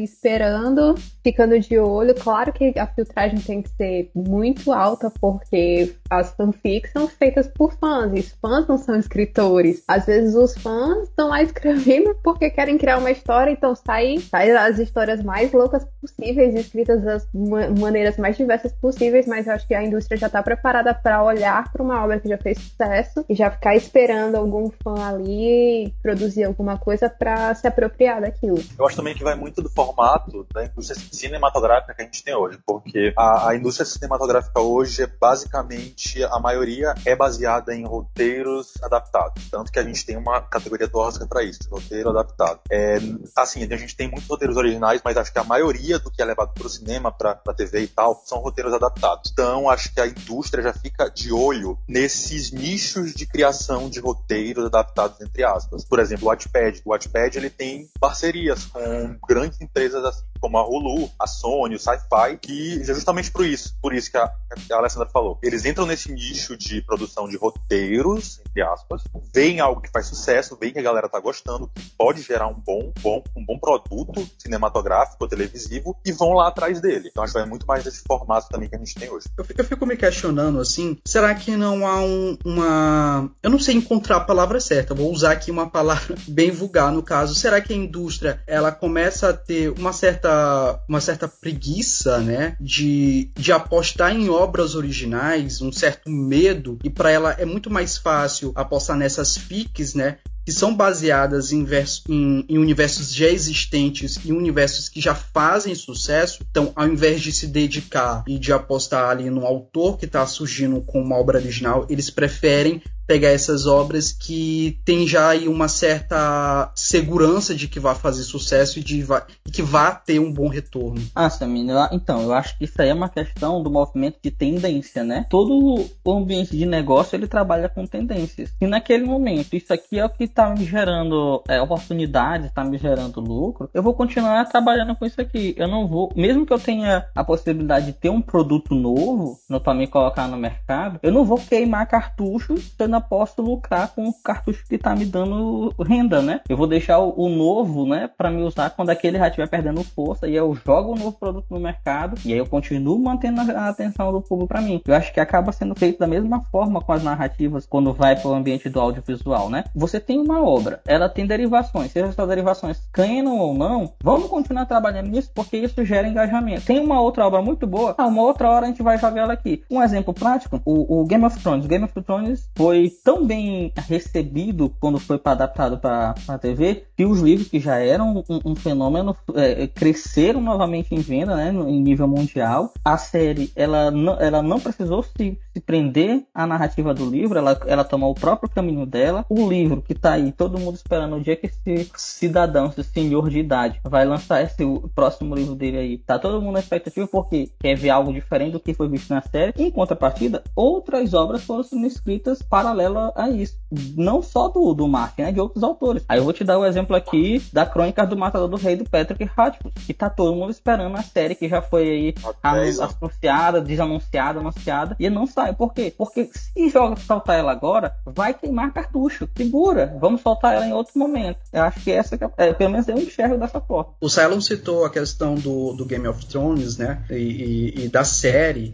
ali esperando, ficando de olho. Claro que a filtragem tem que ser muito alta, porque as fanfics são feitas por fãs, e os fãs não são escritores. Às vezes os fãs estão lá escrevendo porque querem criar uma história, então sai, sai as histórias mais loucas possíveis, escritas das ma- maneiras mais diversas possíveis, mas eu acho que a indústria já está preparada para olhar para uma obra que já fez sucesso e já ficar esperando algum fã ali produzir alguma coisa para se apropriar daquilo. Eu acho também que vai muito do formato da indústria cinematográfica que a gente tem hoje, porque a, a indústria cinematográfica hoje é basicamente, a maioria é baseada em roteiros adaptados, tanto que a gente tem uma categoria do Oscar para isso, roteiro adaptado. É, assim, a gente tem muitos roteiros originais, mas acho que a maioria do que é levado para o cinema, para a T V e tal, são roteiros adaptados. Então, acho que a indústria já fica de olho nesses nichos de criação de roteiros adaptados, entre aspas. Por exemplo, o Wattpad. O Wattpad, ele tem parcerias com grandes empresas assim, como a Hulu, a Sony, o Sci-Fi, que justamente por isso, por isso que a, que a Alessandra falou. Eles entram nesse nicho de produção de roteiros, entre aspas, veem algo que faz sucesso, veem que a galera tá gostando, que pode gerar um bom, bom, um bom produto cinematográfico ou televisivo, e vão lá atrás dele. Então acho que é muito mais desse formato também que a gente tem hoje. Eu fico, eu fico me questionando assim, será que não há um, uma... Eu não sei encontrar a palavra certa, vou usar aqui uma palavra bem vulgar no caso. Será que a indústria, ela começa a ter uma certa, uma certa preguiça, né, de, de apostar em obras originais, um certo medo, e para ela é muito mais fácil apostar nessas fics, né, que são baseadas em, verso, em, em universos já existentes e universos que já fazem sucesso. Então, ao invés de se dedicar e de apostar ali no autor que está surgindo com uma obra original, eles preferem pegar essas obras que tem já aí uma certa segurança de que vai fazer sucesso e, de, vai, e que vai ter um bom retorno. Ah, Samir, então, eu acho que isso aí é uma questão do movimento de tendência, né? Todo o ambiente de negócio, ele trabalha com tendências. E naquele momento, isso aqui é o que está me gerando é, oportunidade, está me gerando lucro, eu vou continuar trabalhando com isso aqui. Eu não vou, mesmo que eu tenha a possibilidade de ter um produto novo, para me colocar no mercado, eu não vou queimar cartuchos se eu não posso lucrar com o cartucho que está me dando renda, né? Eu vou deixar o, o novo, né, para me usar quando aquele já estiver perdendo força, e eu jogo o novo produto no mercado, e aí eu continuo mantendo a, a atenção do público para mim. Eu acho que acaba sendo feito da mesma forma com as narrativas quando vai para o ambiente do audiovisual, né? Você tem uma obra, ela tem derivações, seja essas derivações canon ou não, vamos continuar trabalhando nisso porque isso gera engajamento. Tem uma outra obra muito boa, ah, uma outra hora a gente vai jogar ela aqui. Um exemplo prático, o, o Game of Thrones. Game of Thrones foi tão bem recebido quando foi pra, adaptado para a T V, que os livros que já eram um, um fenômeno é, cresceram novamente em venda, né, em nível mundial. A série, ela não, ela não precisou se, se prender à narrativa do livro, ela, ela tomou o próprio caminho dela. O livro que tá aí, todo mundo esperando o dia que esse cidadão, esse senhor de idade vai lançar esse o próximo livro dele aí, tá todo mundo na expectativa porque quer ver algo diferente do que foi visto na série. Em contrapartida, outras obras foram sendo escritas paralela a isso, não só do, do Martin, né, de outros autores. Aí eu vou te dar o exemplo aqui da Crônica do Matador do Rei, do Patrick Rothfuss, que tá todo mundo esperando a série que já foi aí anunciada, desanunciada, anunciada, e não sai. Por quê? Porque se joga soltar ela agora, vai queimar cartucho. Segura, vamos soltar ela em outro momento. Eu acho que essa, é, pelo menos eu enxergo dessa forma. O Cylon citou a questão do, do Game of Thrones, né, e, e, e da série.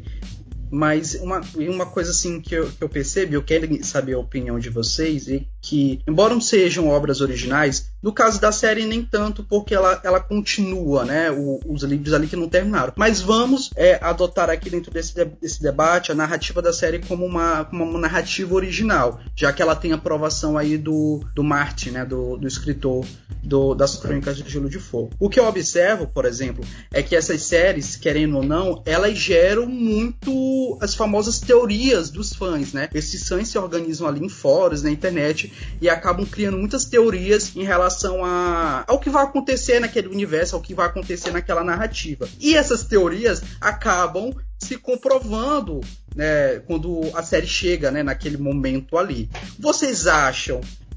Mas uma, uma coisa assim que eu, que eu percebo, eu quero saber a opinião de vocês, é que, embora não sejam obras originais, no caso da série nem tanto, porque ela, ela continua, né, o, os livros ali que não terminaram. Mas vamos é, adotar aqui dentro desse, desse debate a narrativa da série como uma, como uma narrativa original, já que ela tem aprovação aí do, do Martin, né, do, do escritor do, das Crônicas de Gelo de Fogo. O que eu observo, por exemplo, é que essas séries, querendo ou não, elas geram muito as famosas teorias dos fãs, né? Esses fãs se organizam ali em fóruns, na internet, e acabam criando muitas teorias em relação a, ao que vai acontecer naquele universo, ao que vai acontecer naquela narrativa. E essas teorias acabam se comprovando, né, quando a série chega, né, naquele momento ali. Vocês acham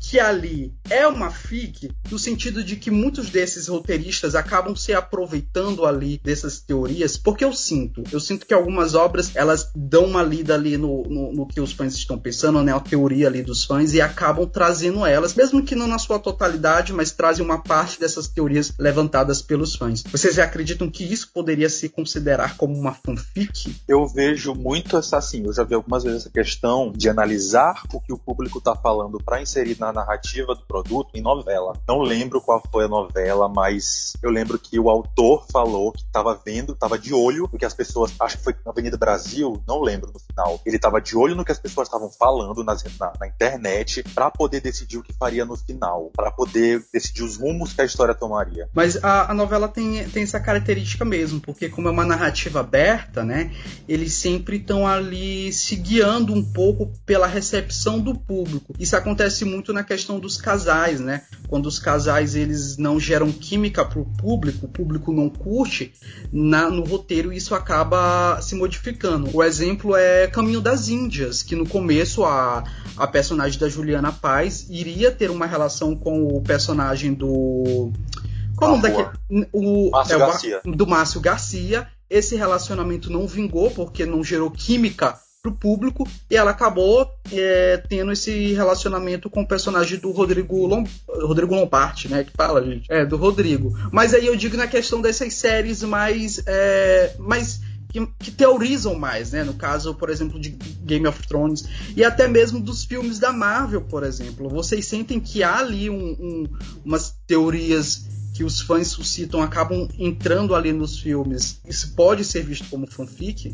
que ali é uma fic, no sentido de que muitos desses roteiristas acabam se aproveitando ali dessas teorias, porque eu sinto, eu sinto que algumas obras, elas dão uma lida ali no, no, no que os fãs estão pensando, né, a teoria ali dos fãs, e acabam trazendo elas, mesmo que não na sua totalidade, mas trazem uma parte dessas teorias levantadas pelos fãs. Vocês já acreditam que isso poderia se considerar como uma fanfic? Eu vejo muito essa, assim, eu já vi algumas vezes essa questão de analisar o que o público está falando para inserir na narrativa do produto em novela. Não lembro qual foi a novela, mas eu lembro que o autor falou que estava vendo, estava de olho no que as pessoas, acho que foi na Avenida Brasil, não lembro no final, ele estava de olho no que as pessoas estavam falando nas, na, na internet para poder decidir o que faria no final, para poder decidir os rumos que a história tomaria. Mas a, a novela tem, tem essa característica mesmo, porque como é uma narrativa aberta, né, eles sempre estão ali se guiando um pouco pela recepção do público. Isso acontece muito na questão dos casais, né? Quando os casais eles não geram química para o público, o público não curte, na, no roteiro isso acaba se modificando. O exemplo é Caminho das Índias, que no começo a, a personagem da Juliana Paz iria ter uma relação com o personagem do... Como ah, daquele, o, Márcio é, Garcia. do Márcio Garcia. Esse relacionamento não vingou porque não gerou química pro público, e ela acabou é, tendo esse relacionamento com o personagem do Rodrigo, Lom... Rodrigo Lombardi, né, que fala, gente, é, do Rodrigo. Mas aí eu digo na questão dessas séries mais, é, mais que, que teorizam mais, né, no caso, por exemplo, de Game of Thrones, e até mesmo dos filmes da Marvel, por exemplo. Vocês sentem que há ali um, um, umas teorias que os fãs suscitam, acabam entrando ali nos filmes? Isso pode ser visto como fanfic?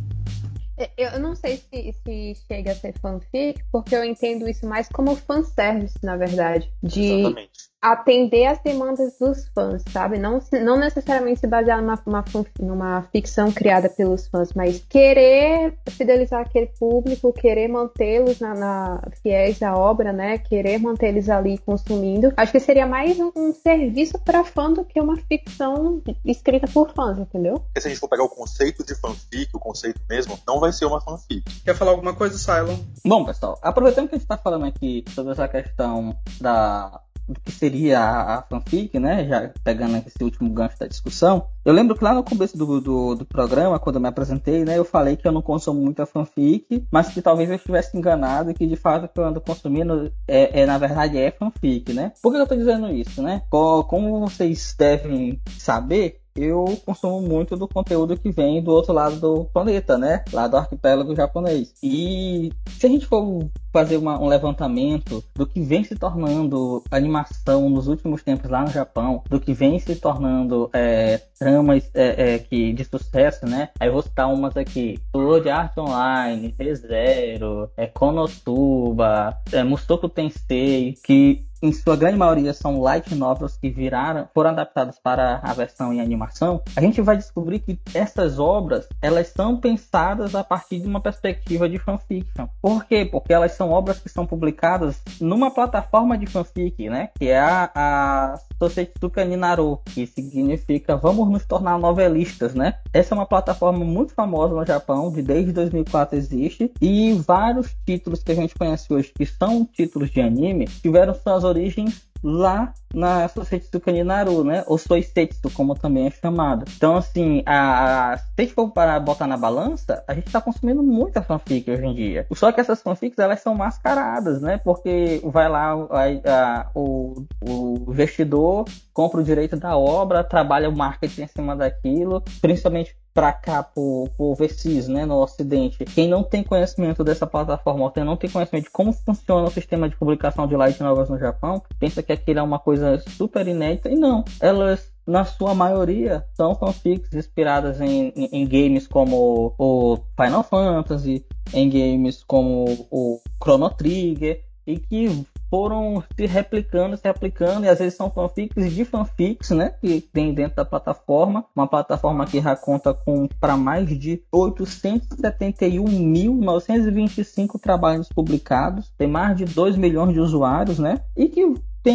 Eu não sei se, se chega a ser fanfic, porque eu entendo isso mais como fanservice, na verdade. De Exatamente. Atender às demandas dos fãs, sabe? Não, não necessariamente se basear numa, uma, numa ficção criada pelos fãs, mas querer fidelizar aquele público, querer mantê-los na, na, fiéis à obra, né? Querer mantê-los ali consumindo. Acho que seria mais um, um serviço para fã do que uma ficção escrita por fãs, entendeu? Porque se a gente for pegar o conceito de fanfic, o conceito mesmo, não vai ser uma fanfic. Quer falar alguma coisa, Cylon? Bom, pessoal, aproveitando que a gente está falando aqui sobre essa questão da... do que seria a, a fanfic, né? Já pegando esse último gancho da discussão. Eu lembro que lá no começo do, do, do programa, quando eu me apresentei, né? Eu falei que eu não consumo muita fanfic, mas que talvez eu estivesse enganado e que de fato o que eu ando consumindo é, é na verdade é fanfic, né? Por que eu tô dizendo isso, né? Como vocês devem saber, eu consumo muito do conteúdo que vem do outro lado do planeta, né? Lá do arquipélago japonês. E se a gente for fazer uma, um levantamento do que vem se tornando animação nos últimos tempos lá no Japão, do que vem se tornando é, tramas é, é, que, de sucesso, né? Aí eu vou citar umas aqui: Sword Art Online, ReZero, é, Konosuba, é, Mushoku Tensei, que em sua grande maioria são light novels que viraram, foram adaptadas para a versão em animação. A gente vai descobrir que essas obras, elas são pensadas a partir de uma perspectiva de fanfiction. Por quê? Porque elas são obras que são publicadas numa plataforma de fanfic, né? Que é a, a Sosetsuka ni Naru, que significa vamos nos tornar novelistas, né? Essa é uma plataforma muito famosa no Japão, de desde dois mil e quatro existe, e vários títulos que a gente conhece hoje, que são títulos de anime, tiveram suas origens lá na Sosetsuka ni Naru, né? Ou Soisetsu, como também é chamado. Então, assim, a, a, se a gente for para botar na balança, a gente está consumindo muita fanfic hoje em dia. Só que essas fanfics, elas são mascaradas, né? Porque vai lá a, a, o, o investidor, compra o direito da obra, trabalha o marketing em cima daquilo, principalmente para cá, por, por overseas, né, no ocidente. Quem não tem conhecimento dessa plataforma, ou quem não tem conhecimento de como funciona o sistema de publicação de light novels no Japão, pensa que aquilo é uma coisa super inédita, e não. Elas, na sua maioria, são fanfics inspiradas em, em, em games como o Final Fantasy, em games como o Chrono Trigger, e que foram se replicando, se replicando, e às vezes são fanfics de fanfics, né, que tem dentro da plataforma, uma plataforma que já conta com para mais de oitocentos e setenta e um mil novecentos e vinte e cinco trabalhos publicados, tem mais de dois milhões de usuários, né, e que tem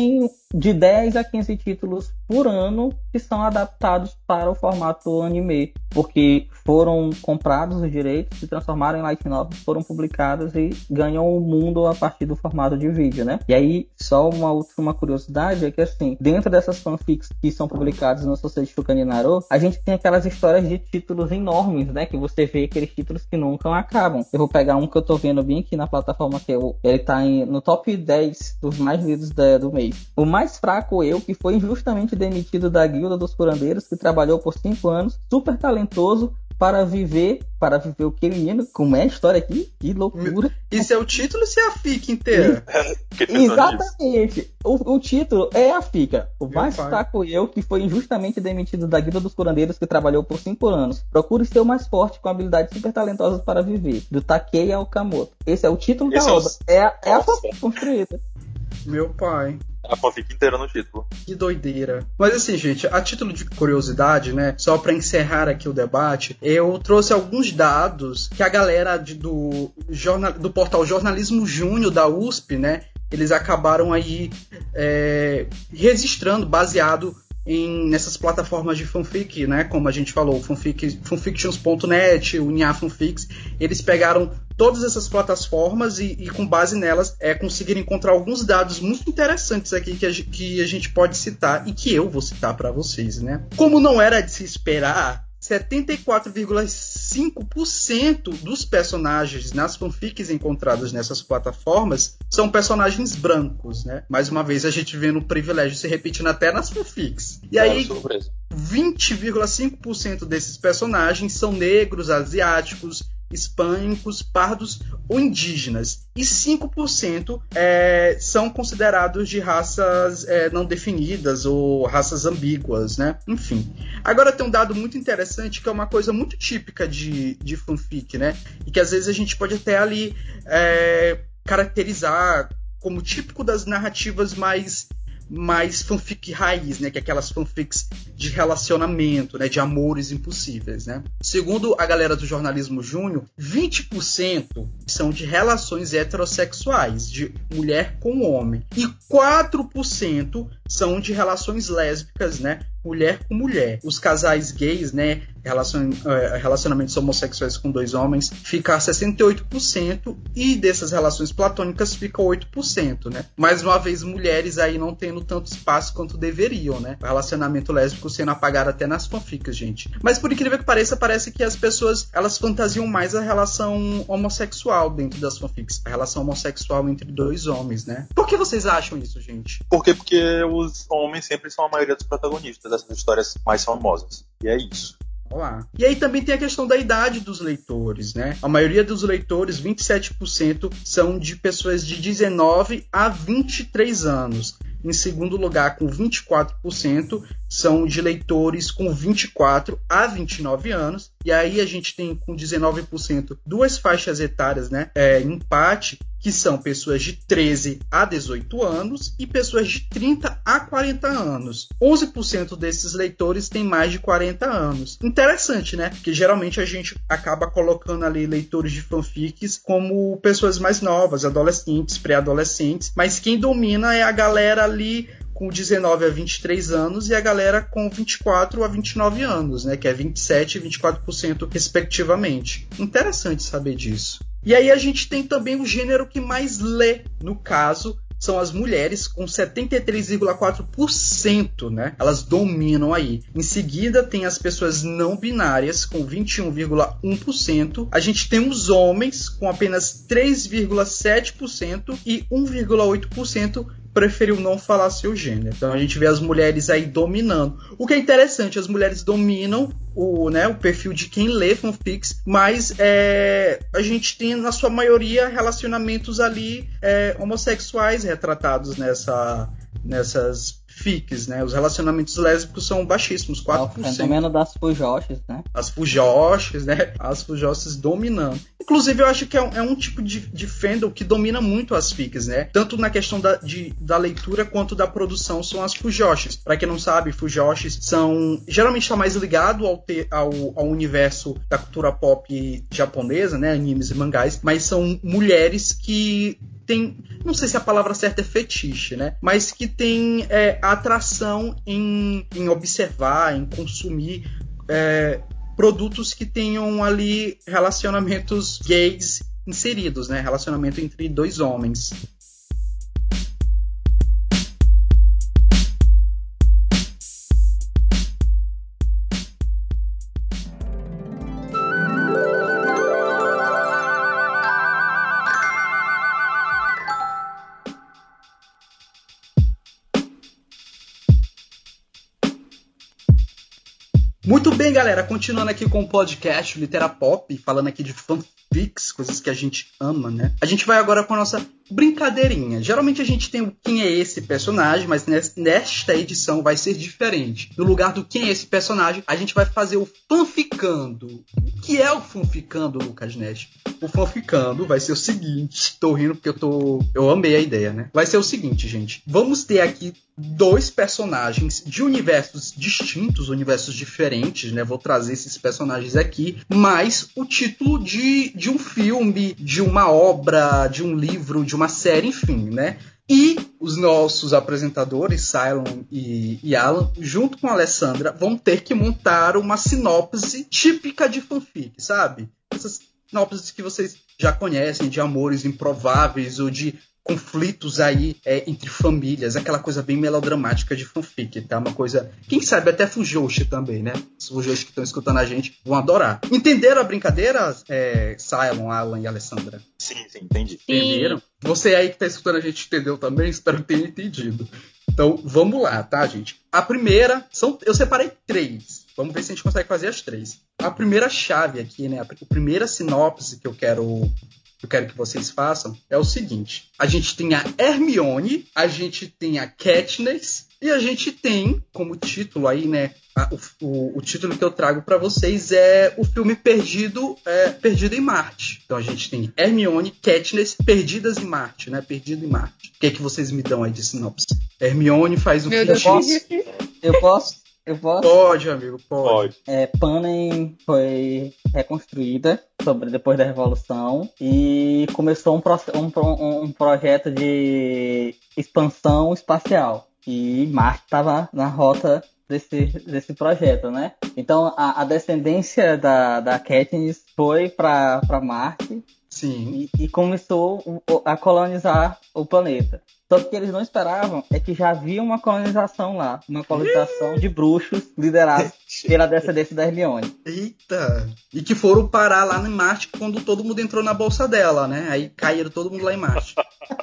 de dez a quinze títulos por ano que são adaptados para o formato anime, porque foram comprados os direitos, se transformaram em light novels, foram publicados e ganham o mundo a partir do formato de vídeo, né? E aí, só uma última curiosidade é que, assim, dentro dessas fanfics que são publicadas no Sosei Fukaninaro, a gente tem aquelas histórias de títulos enormes, né? Que você vê aqueles títulos que nunca acabam. Eu vou pegar um que eu tô vendo bem aqui na plataforma, que é o, ele tá em, no top dez dos mais lidos da, do mês. O mais fraco eu, que foi injustamente demitido da Guilda dos Curandeiros, que trabalhou por cinco anos, super talentoso, para viver, para viver o que, menino? Como é a história aqui? Que loucura. Isso é o título ou isso é a fic inteira? Exatamente. O, o título é a fica. O Meu mais pai. fraco eu, que foi injustamente demitido da Guilda dos Curandeiros, que trabalhou por cinco anos. Procure ser o mais forte com habilidades super talentosas para viver. Do Takeya Okamoto. Esse é o título Esse da é obra. Os... É, a, é a fanfic construída. Meu pai. A fanfic inteira no título. Que doideira. Mas assim, gente, a título de curiosidade, né, só pra encerrar aqui o debate, eu trouxe alguns dados que a galera de, do, jornal, do portal Jornalismo Júnior da U S P, né, eles acabaram aí é, registrando, baseado em, nessas plataformas de fanfic, né, como a gente falou, fanfic, fanfictions ponto net, o Nia Fanfics, eles pegaram todas essas plataformas e, e com base nelas é, conseguiram encontrar alguns dados muito interessantes aqui que a, que a gente pode citar e que eu vou citar para vocês, né? Como não era de se esperar, setenta e quatro vírgula cinco por cento dos personagens nas fanfics encontradas nessas plataformas são personagens brancos, né? Mais uma vez a gente vê no privilégio se repetindo até nas fanfics. E aí, vinte vírgula cinco por cento desses personagens são negros, asiáticos, hispânicos, pardos ou indígenas. E cinco por cento é, são considerados de raças é, não definidas ou raças ambíguas, né? Enfim. Agora tem um dado muito interessante que é uma coisa muito típica de, de fanfic, né? E que às vezes a gente pode até ali é, caracterizar como típico das narrativas mais mais fanfic raiz, né, que é aquelas fanfics de relacionamento, né, de amores impossíveis, né. Segundo a galera do Jornalismo Júnior, vinte por cento são de relações heterossexuais, de mulher com homem, e quatro por cento são de relações lésbicas, né, mulher com mulher. Os casais gays, né, relacion, relacionamentos homossexuais com dois homens, fica sessenta e oito por cento, e dessas relações platônicas fica oito por cento, né. Mais uma vez, mulheres aí não tendo tanto espaço quanto deveriam, né. O relacionamento lésbico sendo apagado até nas fanfics, gente. Mas por incrível que pareça, parece que as pessoas, elas fantasiam mais a relação homossexual dentro das fanfics. A relação homossexual entre dois homens, né. Por que vocês acham isso, gente? Por quê? Porque os homens sempre são a maioria dos protagonistas dessas histórias mais famosas. E é isso. Olá. E aí também tem a questão da idade dos leitores, né? A maioria dos leitores, vinte e sete por cento, são de pessoas de dezenove a vinte e três anos. Em segundo lugar, com vinte e quatro por cento, são de leitores com vinte e quatro a vinte e nove anos. E aí a gente tem com dezenove por cento duas faixas etárias, né? É, empate, que são pessoas de treze a dezoito anos e pessoas de trinta a quarenta anos. onze por cento desses leitores têm mais de quarenta anos. Interessante, né? Porque geralmente a gente acaba colocando ali leitores de fanfics como pessoas mais novas, adolescentes, pré-adolescentes, mas quem domina é a galera ali com dezenove a vinte e três anos e a galera com vinte e quatro a vinte e nove anos, né? Que é vinte e sete e vinte e quatro por cento respectivamente. Interessante saber disso. E aí a gente tem também o gênero que mais lê, no caso, são as mulheres, com setenta e três vírgula quatro por cento, né? Elas dominam aí. Em seguida, tem as pessoas não binárias, com vinte e um vírgula um por cento. A gente tem os homens, com apenas três vírgula sete por cento e um vírgula oito por cento preferiu não falar seu gênero. Então a gente vê as mulheres aí dominando. O que é interessante, as mulheres dominam o, né, o perfil de quem lê fanfics, mas é, a gente tem na sua maioria relacionamentos ali é, homossexuais retratados nessa, nessas fics, né? Os relacionamentos lésbicos são baixíssimos, quatro por cento. É o fenômeno das fujoshis, né? As fujoshis, né? As fujoshis dominando. Inclusive, eu acho que é um, é um tipo de, de fandom que domina muito as fics, né? Tanto na questão da, de, da leitura quanto da produção são as fujoshis. Pra quem não sabe, fujoshis são... Geralmente está mais ligado ao, te, ao, ao universo da cultura pop japonesa, né? Animes e mangás. Mas são mulheres que tem, não sei se a palavra certa é fetiche, né? Mas que tem é, atração em, em observar, em consumir é, produtos que tenham ali relacionamentos gays inseridos, né? Relacionamento entre dois homens. Muito bem, galera, continuando aqui com o podcast Literapop, falando aqui de fanfics, coisas que a gente ama, né? A gente vai agora com a nossa brincadeirinha. Geralmente a gente tem o quem é esse personagem, mas nesta edição vai ser diferente. No lugar do quem é esse personagem, a gente vai fazer o fanficando. O que é o fanficando, Lucas Nest? O fanficando vai ser o seguinte, tô rindo porque eu tô... eu amei a ideia, né? Vai ser o seguinte, gente. Vamos ter aqui dois personagens de universos distintos, universos diferentes, né? Vou trazer esses personagens aqui, mas o título de, de um filme, de uma obra, de um livro, de uma série, enfim, né? E os nossos apresentadores, Cylon e, e Alan, junto com a Alessandra, vão ter que montar uma sinopse típica de fanfic, sabe? Essas sinopses que vocês já conhecem, de amores improváveis ou de conflitos aí é, entre famílias, aquela coisa bem melodramática de fanfic, tá? Uma coisa, quem sabe até Fujoshi também, né? Os Fujoshi que estão escutando a gente vão adorar. Entenderam a brincadeira, é, Cylon, Alan e Alessandra? Sim, sim, entendi. Entenderam? Você aí que tá escutando a gente entendeu também? Espero que tenha entendido. Então, vamos lá, tá, gente? A primeira, são, eu separei três. Vamos ver se a gente consegue fazer as três. A primeira chave aqui, né? A primeira sinopse que eu quero... eu quero que vocês façam, é o seguinte. A gente tem a Hermione, a gente tem a Katniss, e a gente tem, como título aí, né, a, o, o, o título que eu trago para vocês é o filme Perdido, é, Perdido em Marte. Então a gente tem Hermione, Katniss, Perdidas em Marte, né, Perdido em Marte. O que é que vocês me dão aí de sinopse? Hermione faz um Meu filme... Deus, Eu posso? Eu posso? Pode, amigo, pode. Pode. É, Panem foi reconstruída sobre, depois da Revolução e começou um, pro, um, um projeto de expansão espacial. E Marte estava na rota desse, desse projeto, né? Então a, a descendência da, da Katniss foi para Marte. Sim. E, e começou a colonizar o planeta. Só que o que eles não esperavam é que já havia uma colonização lá. Uma colonização de bruxos liderados pela descendência da Hermione. Eita! E que foram parar lá em Marte quando todo mundo entrou na bolsa dela, né? Aí caíram todo mundo lá em Marte.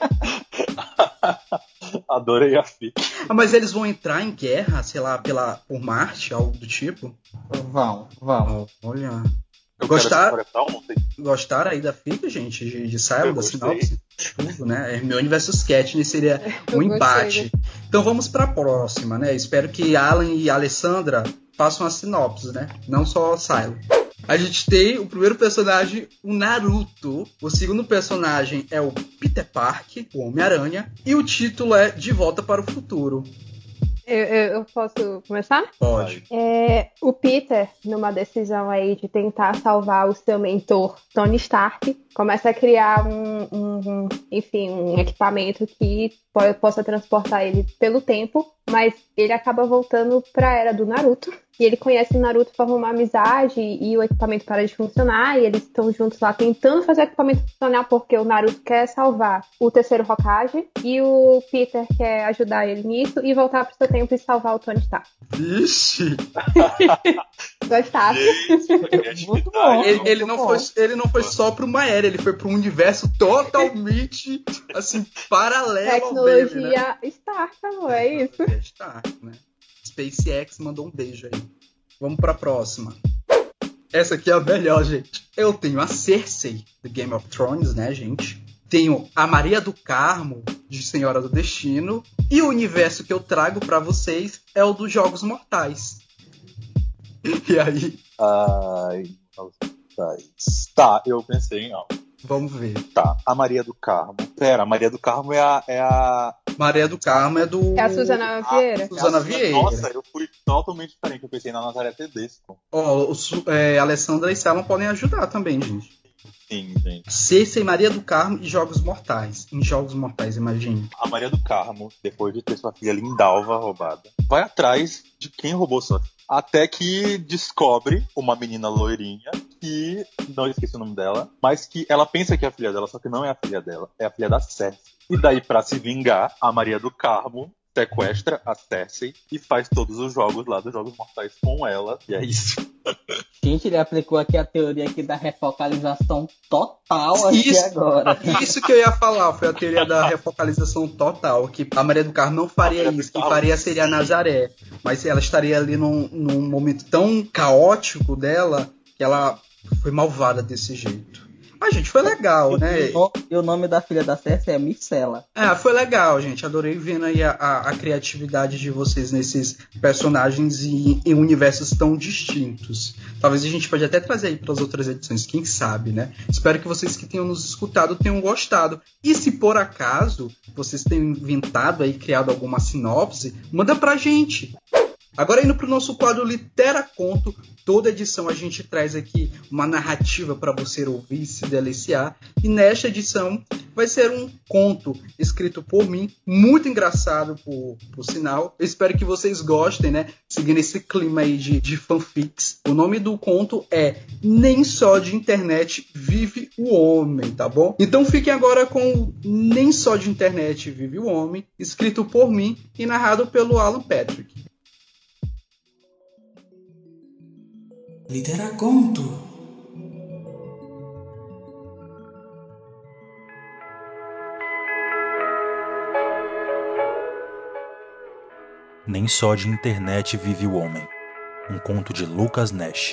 Adorei a fic. Ah, mas eles vão entrar em guerra, sei lá, pela, por Marte, algo do tipo? Vão, vão. Oh, olha... Eu Gostaram? quero essa ontem. Gostaram aí da fic, gente? De, de Silo, Eu da gostei. sinopse? Tudo, né? Hermione versus Katniss seria Eu um embate. gostei. Então vamos pra próxima, né? Espero que Alan e Alessandra façam a sinopse, né? Não só Silo. A gente tem o primeiro personagem, o Naruto. O segundo personagem é o Peter Parker, o Homem-Aranha. E o título é De Volta para o Futuro. Eu, eu, eu posso começar? Pode. É, o Peter, numa decisão aí de tentar salvar o seu mentor, Tony Stark, começa a criar um, um, um enfim, um equipamento que po- possa transportar ele pelo tempo, mas ele acaba voltando para a era do Naruto. E ele conhece o Naruto, forma uma amizade e o equipamento para de funcionar. E eles estão juntos lá tentando fazer o equipamento funcionar porque o Naruto quer salvar o terceiro Hokage e o Peter quer ajudar ele nisso e voltar pro seu tempo e salvar o Tony Stark. Vixe! Gostaram? Muito bom. Ele, ele, não bom. foi, ele não foi só para uma era, ele foi para um universo totalmente, assim, paralelo ao dele, né? Tecnologia Stark, amor, é isso. Stark, né? SpaceX mandou um beijo aí. Vamos pra próxima. Essa aqui é a melhor, gente. Eu tenho a Cersei, do Game of Thrones, né, gente? Tenho a Maria do Carmo, de Senhora do Destino. E o universo que eu trago pra vocês é o dos Jogos Mortais. E aí? Ai, tá. Tá, eu pensei em algo. Vamos ver. Tá, a Maria do Carmo. Pera, a Maria do Carmo é a... É a... Maria do Carmo é do... É a Suzana Vieira. a Suzana é a- Vieira. Nossa, eu fui totalmente diferente. Eu pensei na Nazaré Tedesco. Ó, o Su- é, Alessandra e Selma podem ajudar também, gente. Sim, gente. Cersei, Maria do Carmo e Jogos Mortais. Em Jogos Mortais, imagine. A Maria do Carmo, depois de ter sua filha Lindalva roubada, vai atrás de quem roubou sua filha. Até que descobre uma menina loirinha que, não esqueci o nome dela, mas que ela pensa que é a filha dela, só que não é a filha dela, é a filha da Cersei. E daí, pra se vingar, a Maria do Carmo sequestra a Cersei e faz todos os jogos lá dos Jogos Mortais com ela, e é isso. Gente, ele aplicou aqui a teoria aqui da refocalização total aqui isso, agora. Isso que eu ia falar, foi a teoria da refocalização total, que a Maria do Carmo não faria isso, quem faria seria a Nazaré, mas ela estaria ali num, num momento tão caótico dela, que ela foi malvada desse jeito. Mas, gente, foi legal, né? E o nome da filha da Cersei é Micela. É, foi legal, gente. Adorei vendo aí a, a, a criatividade de vocês nesses personagens e em universos tão distintos. Talvez a gente pode até trazer aí para as outras edições, quem sabe, né? Espero que vocês que tenham nos escutado tenham gostado. E se por acaso vocês tenham inventado aí, criado alguma sinopse, manda pra gente. Agora indo para o nosso quadro Litera Conto, toda edição a gente traz aqui uma narrativa para você ouvir e se deliciar. E nesta edição vai ser um conto escrito por mim, muito engraçado por, por sinal. Eu espero que vocês gostem, né? Seguindo esse clima aí de, de fanfics. O nome do conto é Nem Só de Internet Vive o Homem, tá bom? Então fiquem agora com Nem Só de Internet Vive o Homem, escrito por mim e narrado pelo Alan Patrick. Litera Conto. Nem só de internet vive o homem. Um conto de Lucas Nash.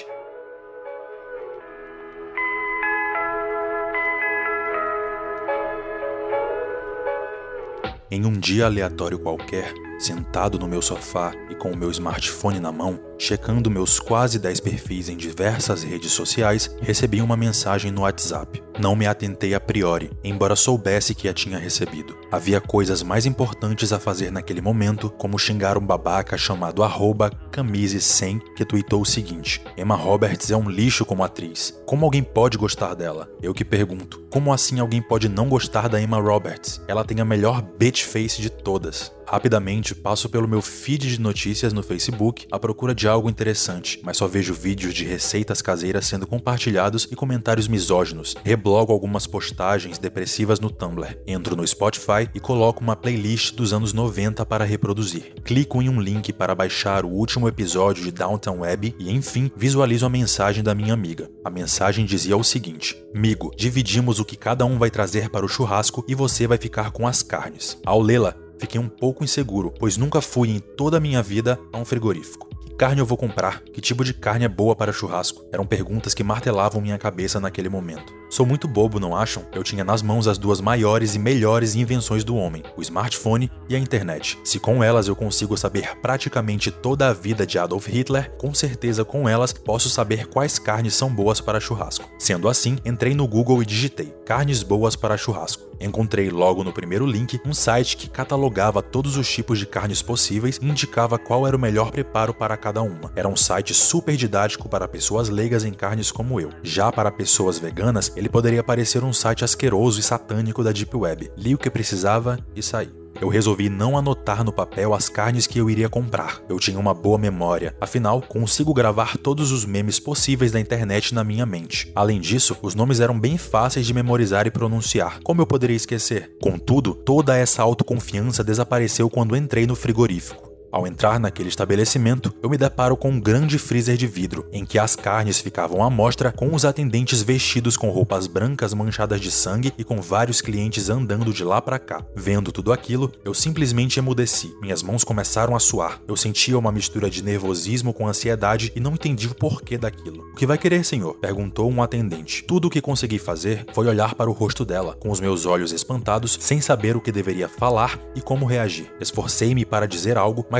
Em um dia aleatório qualquer, sentado no meu sofá e com o meu smartphone na mão, checando meus quase dez perfis em diversas redes sociais, recebi uma mensagem no WhatsApp. Não me atentei a priori, embora soubesse que a tinha recebido. Havia coisas mais importantes a fazer naquele momento, como xingar um babaca chamado arroba camise cem, que tweetou o seguinte: Emma Roberts é um lixo como atriz. Como alguém pode gostar dela? Eu que pergunto. Como assim alguém pode não gostar da Emma Roberts? Ela tem a melhor bitch face de todas. Rapidamente passo pelo meu feed de notícias no Facebook à procura de algo interessante, mas só vejo vídeos de receitas caseiras sendo compartilhados e comentários misóginos. Reblogo algumas postagens depressivas no Tumblr. Entro no Spotify e coloco uma playlist dos anos noventa para reproduzir. Clico em um link para baixar o último episódio de Downton Abbey e, enfim, visualizo a mensagem da minha amiga. A mensagem dizia o seguinte: Migo, dividimos o que cada um vai trazer para o churrasco e você vai ficar com as carnes. Ao lê-la, fiquei um pouco inseguro, pois nunca fui em toda a minha vida a um frigorífico. Que carne eu vou comprar? Que tipo de carne é boa para churrasco? Eram perguntas que martelavam minha cabeça naquele momento. Sou muito bobo, não acham? Eu tinha nas mãos as duas maiores e melhores invenções do homem, o smartphone e a internet. Se com elas eu consigo saber praticamente toda a vida de Adolf Hitler, com certeza com elas posso saber quais carnes são boas para churrasco. Sendo assim, entrei no Google e digitei carnes boas para churrasco. Encontrei logo no primeiro link um site que catalogava todos os tipos de carnes possíveis e indicava qual era o melhor preparo para cada uma. Era um site super didático para pessoas leigas em carnes como eu. Já para pessoas veganas, ele poderia parecer um site asqueroso e satânico da Deep Web. Li o que precisava e saí. Eu resolvi não anotar no papel as carnes que eu iria comprar. Eu tinha uma boa memória, afinal, consigo gravar todos os memes possíveis da internet na minha mente. Além disso, os nomes eram bem fáceis de memorizar e pronunciar. Como eu poderia esquecer? Contudo, toda essa autoconfiança desapareceu quando entrei no frigorífico. Ao entrar naquele estabelecimento, eu me deparo com um grande freezer de vidro, em que as carnes ficavam à mostra, com os atendentes vestidos com roupas brancas manchadas de sangue e com vários clientes andando de lá pra cá. Vendo tudo aquilo, eu simplesmente emudeci. Minhas mãos começaram a suar. Eu sentia uma mistura de nervosismo com ansiedade e não entendi o porquê daquilo. "O que vai querer, senhor?" perguntou um atendente. Tudo o que consegui fazer foi olhar para o rosto dela, com os meus olhos espantados, sem saber o que deveria falar e como reagir. Esforcei-me para dizer algo, mas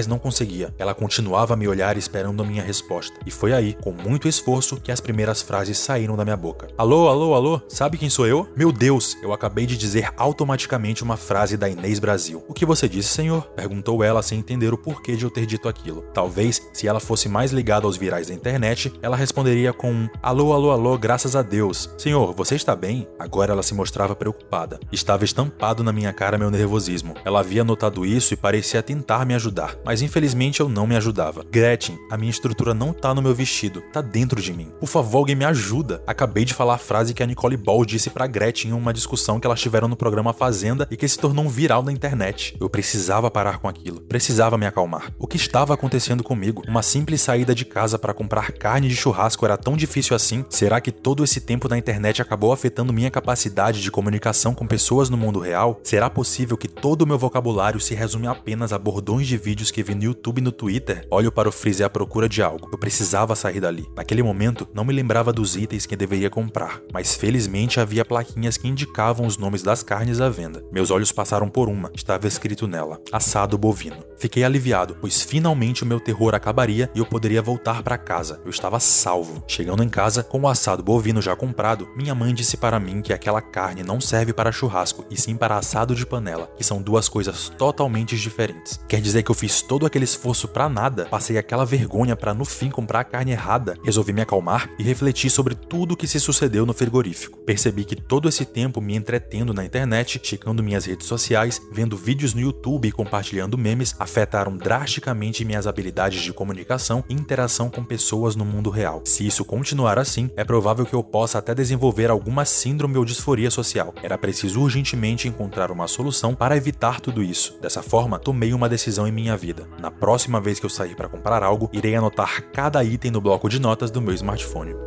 mas não conseguia. Ela continuava a me olhar esperando a minha resposta. E foi aí, com muito esforço, que as primeiras frases saíram da minha boca. Alô, alô, alô, sabe quem sou eu? Meu Deus, eu acabei de dizer automaticamente uma frase da Inês Brasil. O que você disse, senhor? Perguntou ela sem entender o porquê de eu ter dito aquilo. Talvez, se ela fosse mais ligada aos virais da internet, ela responderia com um alô, alô, alô, graças a Deus. Senhor, você está bem? Agora ela se mostrava preocupada. Estava estampado na minha cara meu nervosismo. Ela havia notado isso e parecia tentar me ajudar, mas infelizmente eu não me ajudava. Gretchen, a minha estrutura não tá no meu vestido, tá dentro de mim. Por favor, alguém me ajuda. Acabei de falar a frase que a Nicole Ball disse pra Gretchen em uma discussão que elas tiveram no programa Fazenda e que se tornou um viral na internet. Eu precisava parar com aquilo. Precisava me acalmar. O que estava acontecendo comigo? Uma simples saída de casa para comprar carne de churrasco era tão difícil assim? Será que todo esse tempo na internet acabou afetando minha capacidade de comunicação com pessoas no mundo real? Será possível que todo o meu vocabulário se resume apenas a bordões de vídeos que vi no YouTube e no Twitter? Olho para o freezer à procura de algo. Eu precisava sair dali. Naquele momento, não me lembrava dos itens que deveria comprar, mas felizmente havia plaquinhas que indicavam os nomes das carnes à venda. Meus olhos passaram por uma. Estava escrito nela: assado bovino. Fiquei aliviado, pois finalmente o meu terror acabaria e eu poderia voltar para casa. Eu estava salvo. Chegando em casa, com o assado bovino já comprado, minha mãe disse para mim que aquela carne não serve para churrasco, e sim para assado de panela, que são duas coisas totalmente diferentes. Quer dizer que eu fiz todo aquele esforço para nada? Passei aquela vergonha para no fim comprar a carne errada? Resolvi me acalmar e refletir sobre tudo o que se sucedeu no frigorífico. Percebi que todo esse tempo me entretendo na internet, checando minhas redes sociais, vendo vídeos no YouTube e compartilhando memes, afetaram drasticamente minhas habilidades de comunicação e interação com pessoas no mundo real. Se isso continuar assim, é provável que eu possa até desenvolver alguma síndrome ou disforia social. Era preciso urgentemente encontrar uma solução para evitar tudo isso. Dessa forma, tomei uma decisão em minha vida. Na próxima vez que eu sair para comprar algo, irei anotar cada item no bloco de notas do meu smartphone.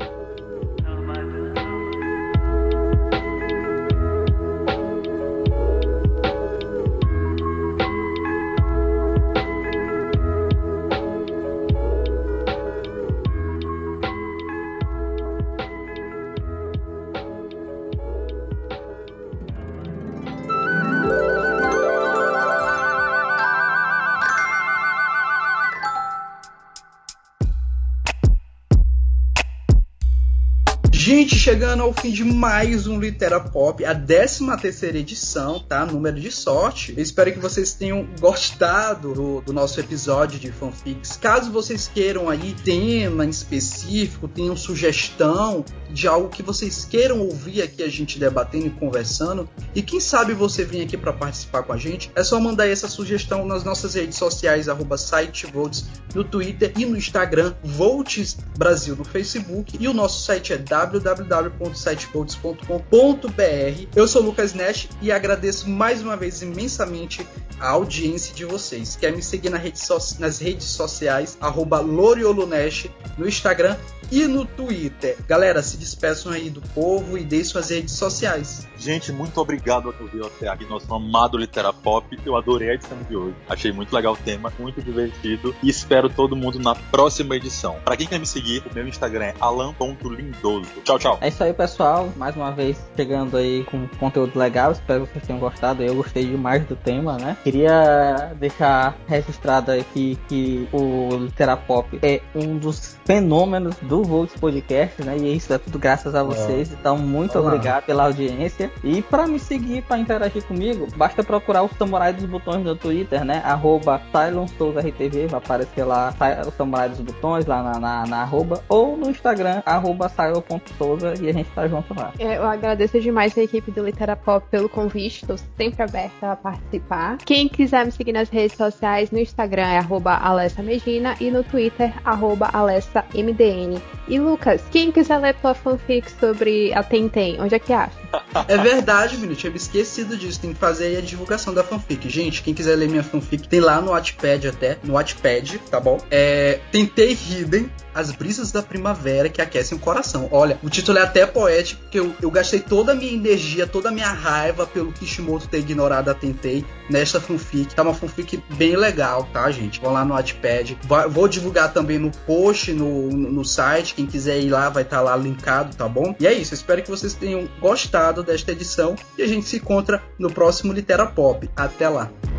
Gente, chegando ao fim de mais um Litera Pop, a décima terceira edição, tá? Número de sorte. Eu espero que vocês tenham gostado do, do nosso episódio de fanfics. Caso vocês queiram aí tema em específico, tenham sugestão de algo que vocês queiram ouvir aqui a gente debatendo e conversando, e quem sabe você vir aqui para participar com a gente, é só mandar essa sugestão nas nossas redes sociais, arroba sitevolts no Twitter e no Instagram, Volts Brasil no Facebook, e o nosso site é w w w ponto sitevolts ponto com ponto b r. Eu sou o Lucas Nash e agradeço mais uma vez imensamente a audiência de vocês. Quer me seguir na rede so- nas redes sociais, arroba loriolunash no Instagram e no Twitter. Galera, se despeçam aí do povo e deem suas redes sociais. Gente, muito obrigado por vir até aqui, nosso amado Litera Pop. Eu adorei a edição de hoje. Achei muito legal o tema, muito divertido. E espero todo mundo na próxima edição. Pra quem quer me seguir, o meu Instagram é alan ponto lindoso. Tchau, tchau. É isso aí, pessoal. Mais uma vez chegando aí com conteúdo legal. Espero que vocês tenham gostado. Eu gostei demais do tema, né? Queria deixar registrado aqui que o Litera Pop é um dos fenômenos do Volts Podcast, né? E isso é tudo graças a vocês. Então, muito Olá. obrigado pela audiência. E para me seguir, para interagir comigo, basta procurar o Samurai dos Botões no Twitter, né? Arroba SilonSouzaRTV, vai aparecer lá o Samurai dos Botões, lá na, na, na arroba, ou no Instagram, arroba Silo ponto Souza, e a gente tá junto lá. Eu agradeço demais a equipe do Litera Pop pelo convite, estou sempre aberta a participar. Quem quiser me seguir nas redes sociais, no Instagram é arroba Alessa Medina e no Twitter, arroba Alessa M D N. E Lucas, quem quiser ler tua fanfic sobre a Tentem, onde é que acha? É verdade, menino, tinha me esquecido disso. Tem que fazer aí a divulgação da fanfic. Gente, quem quiser ler minha fanfic, tem lá no Wattpad até, no Wattpad, tá bom? É, Tentei Hidden, as brisas da primavera que aquecem o coração. Olha, o título é até poético, porque eu, eu gastei toda a minha energia, toda a minha raiva pelo Kishimoto ter ignorado a Tentei nesta fanfic. Tá uma fanfic bem legal, tá, gente? Vão lá no Wattpad. Vou divulgar também no post, no, no, no site. Quem quiser ir lá, vai estar tá lá linkado, tá bom? E é isso, eu espero que vocês tenham gostado desta edição e a gente se encontra no próximo Litera Pop. Até lá!